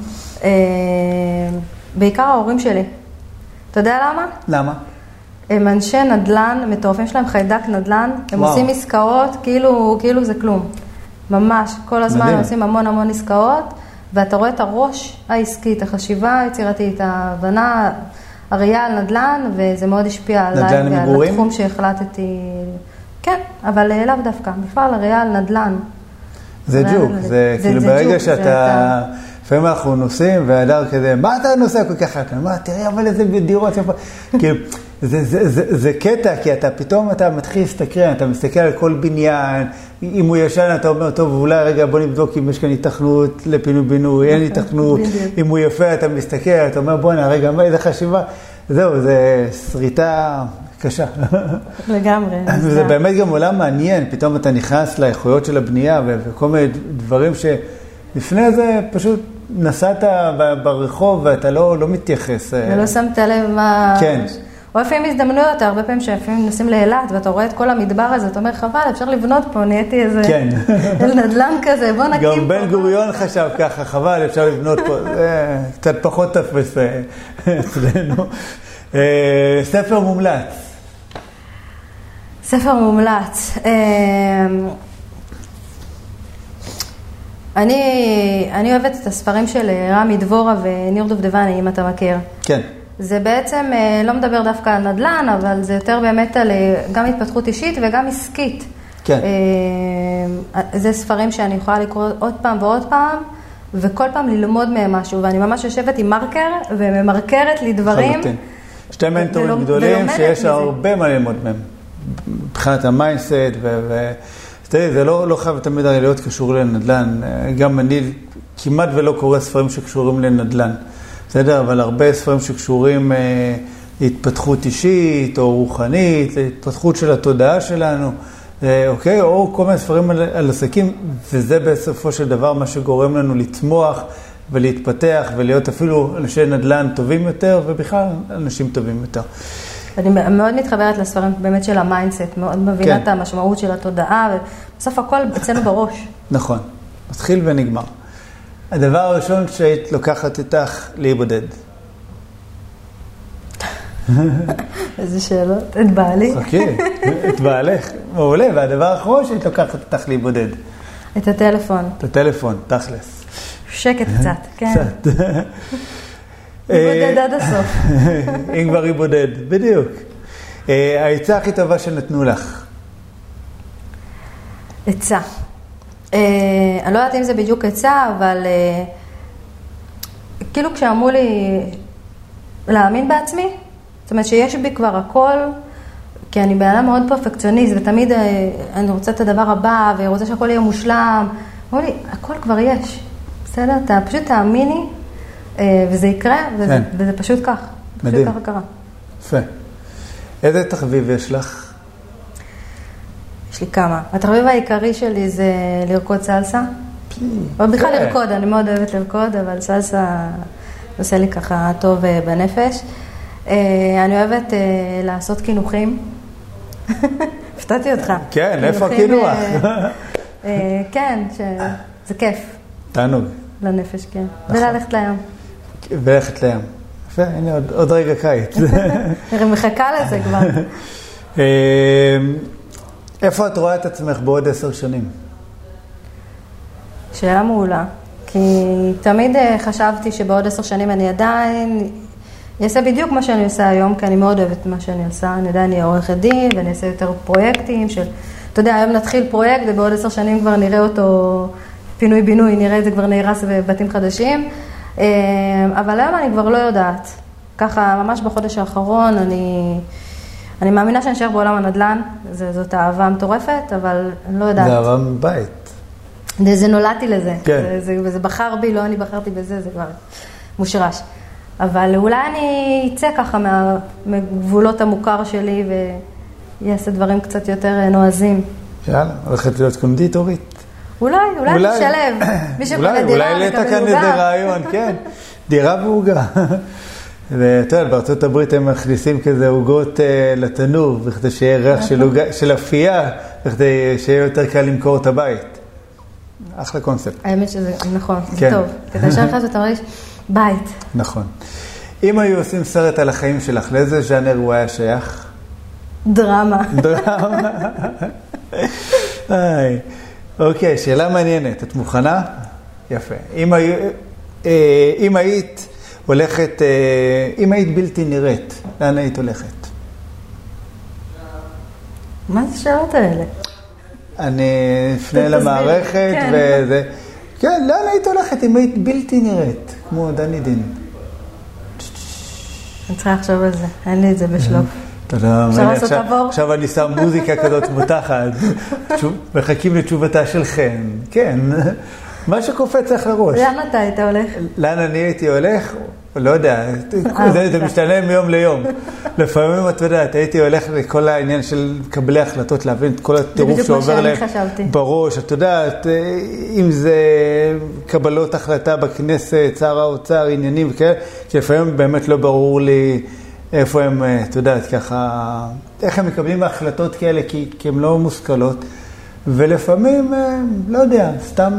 בעיקר ההורים שלי. אתה יודע למה? למה? הם אנשי נדל"ן, מטורפים שלהם חיידק נדל"ן, הם וואו. עושים עסקאות כאילו, כאילו זה כלום. ממש, כל הזמן מדהים. הם עושים המון המון עסקאות, ואתה רואה את הראש העסקית, החשיבה היצירתית, ההבנה, הראייה על נדל"ן, וזה מאוד השפיע עליי ועל התחום שהחלטתי. כן, אבל לאו דווקא, בכלל הראייה על נדל"ן. זה ג'וק, זה, זה כאילו זה ברגע ג'וק, שאתה... לפעמים אנחנו נוסעים, והדר כזה, מה אתה נוסע כל כך? אני אומר, תראי, אבל איזה דירות יפה. כאילו, זה, זה, זה, זה קטע, כי אתה פתאום אתה מתחיל להסתקרן, אתה מסתכל על כל בניין, אם הוא ישן, אתה אומר, טוב, אולי רגע בוא נבדוק אם יש כאן התכנות לפינוי בינוי, אין התכנות, אם הוא יפה, אתה מסתכל, אתה אומר, בוא נה, רגע, מה, איזה חשיבה? זהו, זה שריטה קשה. לגמרי. וזה באמת גם עולם מעניין, פתאום אתה נכנס לאיכויות של הבנייה, וכל מיני דברים שלפני זה פשוט נסעת ברחוב, ואתה לא, לא מתייחס. ולא שמת לב מה... כן. או לפעמים הזדמנויות, הרבה פעמים שלפעמים נוסעים לאילת, ואתה רואה את כל המדבר הזה, אתה אומר, חבל, אפשר לבנות פה, נהייתי איזה... כן. אל נדל"ן כזה, בוא נקים פה. גם בן גוריון חשב ככה, חבל, אפשר לבנות פה. זה קצת פחות תפס אצלנו. ספר מומלץ. ספר מומלץ. אני, אני אוהבת את הספרים של רמי דבורה וניר דובדבני, אם אתה מכיר. כן. זה בעצם לא מדבר דווקא על נדל"ן, אבל זה יותר באמת על גם התפתחות אישית וגם עסקית. כן. זה ספרים שאני יכולה לקרוא עוד פעם ועוד פעם, וכל פעם ללמוד מהם משהו, ואני ממש יושבת עם מרקר וממרקרת לי דברים. חלוטין. שתי מנטורים גדולים שיש הרבה מה ללמוד מהם. מבחינת המיינדסט, וזה לא חייב תמיד להיות קשור לנדל"ן. גם אני כמעט ולא קורא ספרים שקשורים לנדל"ן. בסדר, אבל הרבה ספרים שקשורים להתפתחות אישית או רוחנית, להתפתחות של התודעה שלנו, אוקיי? או כל מיני ספרים על, על עסקים, וזה בסופו של דבר מה שגורם לנו לצמוח ולהתפתח ולהיות אפילו אנשי נדל"ן טובים יותר, ובכלל אנשים טובים יותר. אני מאוד מתחברת לספרים באמת של המיינדסט, מאוד מבינה כן. את המשמעות של התודעה, ובסוף הכל אצלנו בראש. נכון, מתחיל ונגמר. הדבר הראשון שהיית לוקחת איתך להיבודד. איזה שאלות? את בעלי? אוקיי, את בעלך. מעולה, והדבר האחרון שהיית לוקחת איתך להיבודד. את הטלפון. את הטלפון, תכלס. שקט קצת, כן. קצת. להיבודד עד הסוף. אם כבר להיבודד, בדיוק. העצה הכי טובה שנתנו לך. עצה. אני לא יודעת אם זה בדיוק עצה, אבל כאילו כשאמרו לי להאמין בעצמי, זאת אומרת שיש בי כבר הכל, כי אני בעלה מאוד פרפקציוניסט, ותמיד אני רוצה את הדבר הבא, ורוצה שהכל יהיה מושלם. אמרו לי, הכל כבר יש. בסדר? אתה פשוט תאמיני, וזה יקרה, וזה, כן. וזה פשוט כך. מדהים. פשוט ככה קרה. יפה. איזה תחביב יש לך? יש לי כמה. התחביב העיקרי שלי זה לרקוד סלסה. או בכלל לרקוד, אני מאוד אוהבת לרקוד, אבל סלסה עושה לי ככה טוב בנפש. אני אוהבת לעשות כינוחים. הפתעתי אותך. כן, איפה הכינוח? כן, שזה כיף. תענוג. לנפש, כן. וללכת לים. וללכת לים. יפה, הנה עוד רגע קיץ. אני מחכה לזה כבר. איפה את רואה את עצמך בעוד עשר שנים? שאלה מעולה. כי תמיד חשבתי שבעוד עשר שנים אני עדיין אעשה בדיוק מה שאני עושה היום, כי אני מאוד אוהבת מה שאני עושה. אני עדיין אהיה עורכת דין ואני אעשה יותר פרויקטים של, אתה יודע, היום נתחיל פרויקט ובעוד עשר שנים כבר נראה אותו פינוי בינוי, נראה את זה כבר נהרס בבתים חדשים. אבל היום אני כבר לא יודעת. ככה, ממש בחודש האחרון, אני, אני מאמינה שאני אשאר בעולם הנדל"ן. זה, זאת אהבה מטורפת, אבל אני לא יודעת. זה אהבה מבית. זה, זה נולדתי לזה. כן. זה, זה, וזה בחר בי, לא אני בחרתי בזה, זה כבר מושרש. אבל אולי אני אצא ככה מה, מגבולות המוכר שלי ויעשה דברים קצת יותר נועזים. יאללה, הולכת להיות קונדיטורית. אולי, אולי, אולי נשלב. מי שקונה דירה, אולי לתת כאן איזה רעיון, כן. דירה ועוגה. ואתה יודע, בארצות הברית הם מכניסים כזה עוגות לתנור, בכדי שיהיה ריח של אפייה, בכדי שיהיה יותר קל למכור את הבית. אחלה קונספט. האמת שזה נכון, זה טוב. כדי שאחר כך אתה מרגיש בית. נכון. אם היו עושים סרט על החיים שלך, לאיזה ז'אנר הוא היה שייך? דרמה. דרמה. איי. אוקיי, שאלה מעניינת. את מוכנה? יפה. אם, היו, אה, אם היית הולכת, אה, אם היית בלתי נראית, לאן היית הולכת? מה זה שאלות האלה? אני אפנה למערכת וזה... כן, לאן היית הולכת אם היית בלתי נראית, כמו דני דין? אני צריכה לחשוב על זה, אין לי את זה בשלוף. תודה, עכשיו אני שם מוזיקה כזאת מותחת, מחכים לתשובתה של חן, כן, מה שקופץ לך לראש. לאן אתה היית הולך? לאן אני הייתי הולך? לא יודע, זה משתנה מיום ליום. לפעמים את יודעת, הייתי הולך לכל העניין של קבלי החלטות, להבין את כל הטירוף שעובר להם בראש. את יודעת, אם זה קבלות החלטה בכנסת, שר האוצר, עניינים וכאלה, כי לפעמים באמת לא ברור לי איפה הם, את יודעת, ככה, איך הם מקבלים החלטות כאלה, כי, כי הם לא מושכלות. ולפעמים, לא יודע, סתם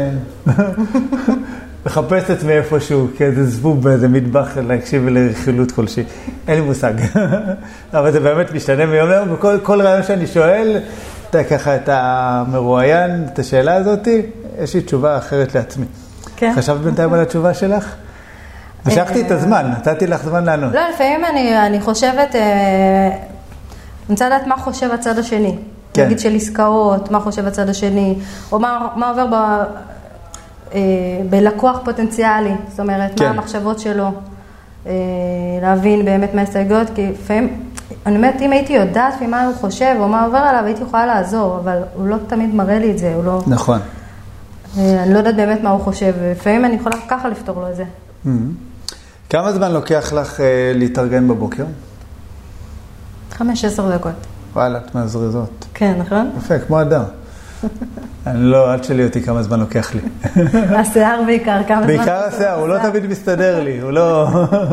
מחפשת מאיפשהו, כאיזה זבוב באיזה מטבח להקשיב לרכילות כלשהי. אין לי מושג. אבל זה באמת משתנה מיום ליום, וכל כל רעיון שאני שואל, אתה ככה את המרואיין, את השאלה הזאת, יש לי תשובה אחרת לעצמי. כן. חשבת בינתיים על התשובה שלך? משכתי את הזמן, נתתי לך זמן לענות. לא, לפעמים אני, אני חושבת, אני רוצה לדעת מה חושב הצד השני. כן. נגיד של עסקאות, מה חושב הצד השני, או מה, מה עובר ב, אה, בלקוח פוטנציאלי, זאת אומרת, כן. מה המחשבות שלו, אה, להבין באמת מה ההסתייגויות, כי לפעמים, אני אומרת, אם הייתי יודעת מה הוא חושב, או מה עובר עליו, הייתי יכולה לעזור, אבל הוא לא תמיד מראה לי את זה, הוא לא... נכון. אה, אני לא יודעת באמת מה הוא חושב, ולפעמים אני יכולה ככה לפתור לו את זה. Mm-hmm. כמה זמן לוקח לך אה, להתארגן בבוקר? חמש עשר דקות. וואלה, את מהזריזות. כן, נכון? יפה, כמו אדם. אני לא, אל תשאלי אותי כמה זמן לוקח לי. השיער בעיקר, כמה זמן... בעיקר השיער, הוא לא תמיד מסתדר לי, הוא לא...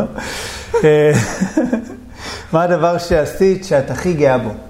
מה הדבר שעשית שאת הכי גאה בו?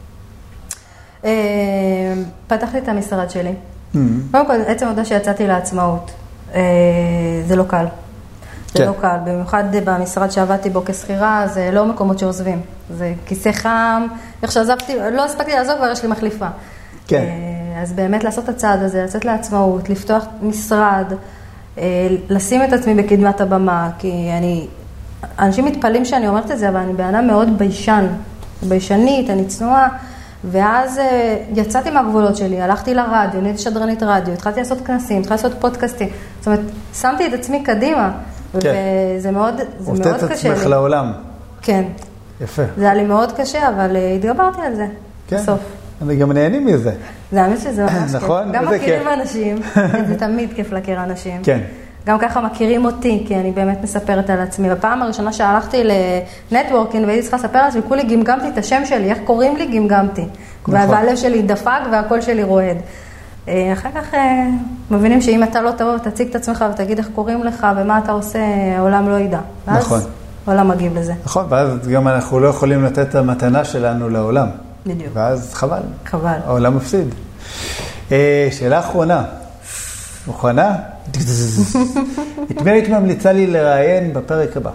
פתחתי את המשרד שלי. קודם כל, עצם העובדה שיצאתי לעצמאות, זה לא קל. זה לא קל, במיוחד במשרד שעבדתי בו כסחירה, זה לא מקומות שעוזבים. זה כיסא חם, איך שעזבתי, לא הספקתי לעזוב, כבר יש לי מחליפה. כן. אז באמת לעשות את הצעד הזה, לצאת לעצמאות, לפתוח משרד, לשים את עצמי בקדמת הבמה, כי אני, אנשים מתפעלים שאני אומרת את זה, אבל אני בעיה מאוד ביישן, ביישנית, אני צנועה, ואז יצאתי מהגבולות שלי, הלכתי לרדיו, נהייתי שדרנית רדיו, התחלתי לעשות כנסים, התחלתי לעשות פודקאסטים, זאת אומרת, שמתי את עצמי קדימה, כן. וזה מאוד, זה מאוד קשה לי. הופתעת עצמך לעולם. כן. יפה. זה היה לי מאוד קשה, אבל התגברתי על זה. כן. בסוף. אני גם נהנים מזה. זה האמת שזה ממש נכון? כיף. גם מכירים אנשים, זה תמיד כיף להכיר אנשים. כן. גם ככה מכירים אותי, כי אני באמת מספרת על עצמי. בפעם הראשונה שהלכתי לנטוורקינג והייתי צריכה לספר על עצמי, כולי גמגמתי את השם שלי, איך קוראים לי? גמגמתי. נכון. והלב שלי דפק והקול שלי רועד. אחר כך מבינים שאם אתה לא תבוא, תציג את עצמך ותגיד איך קוראים לך ומה אתה עושה, העולם לא ידע. נכון. העולם מגיב לזה. נכון, ואז גם אנחנו לא יכולים לתת את המתנה שלנו לעולם. בדיוק. ואז חבל. חבל. העולם מפסיד. שאלה אחרונה. מוכנה? את מי היית ממליצה לי לראיין בפרק הבא?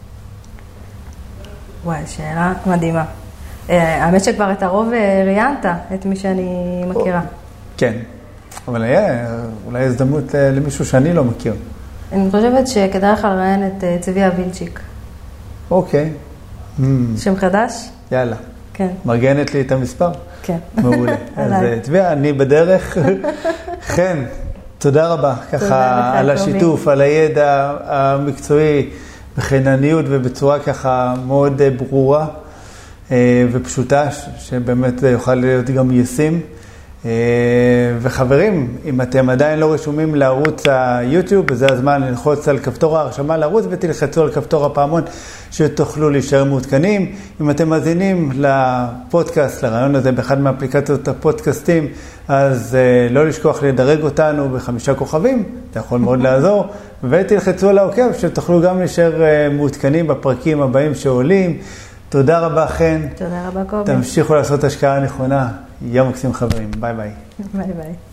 וואי, שאלה מדהימה. האמת שכבר את הרוב ראיינת, את מי שאני מכירה. כן, אבל היה אולי הזדמנות למישהו שאני לא מכיר. אני חושבת שכדאי לך לראיין את צבי אבילצ'יק. אוקיי. שם חדש? יאללה. כן. מרגנת לי את המספר? כן. מעולה. אז צבי, אני בדרך. כן, תודה רבה. ככה על השיתוף, על הידע המקצועי, בחינניות ובצורה ככה מאוד ברורה ופשוטה, שבאמת יוכל להיות גם ישים. וחברים, אם אתם עדיין לא רשומים לערוץ היוטיוב, זה הזמן ללחוץ על כפתור ההרשמה לערוץ ותלחצו על כפתור הפעמון שתוכלו להישאר מעודכנים. אם אתם מאזינים לפודקאסט, לרעיון הזה באחד מאפליקציות הפודקאסטים, אז לא לשכוח לדרג אותנו בחמישה כוכבים, זה יכול מאוד לעזור, ותלחצו על העוקב שתוכלו גם להישאר מעודכנים בפרקים הבאים שעולים. תודה רבה חן. תודה רבה קובי. תמשיכו לעשות השקעה נכונה. יום מקסים חברים. ביי ביי. ביי ביי.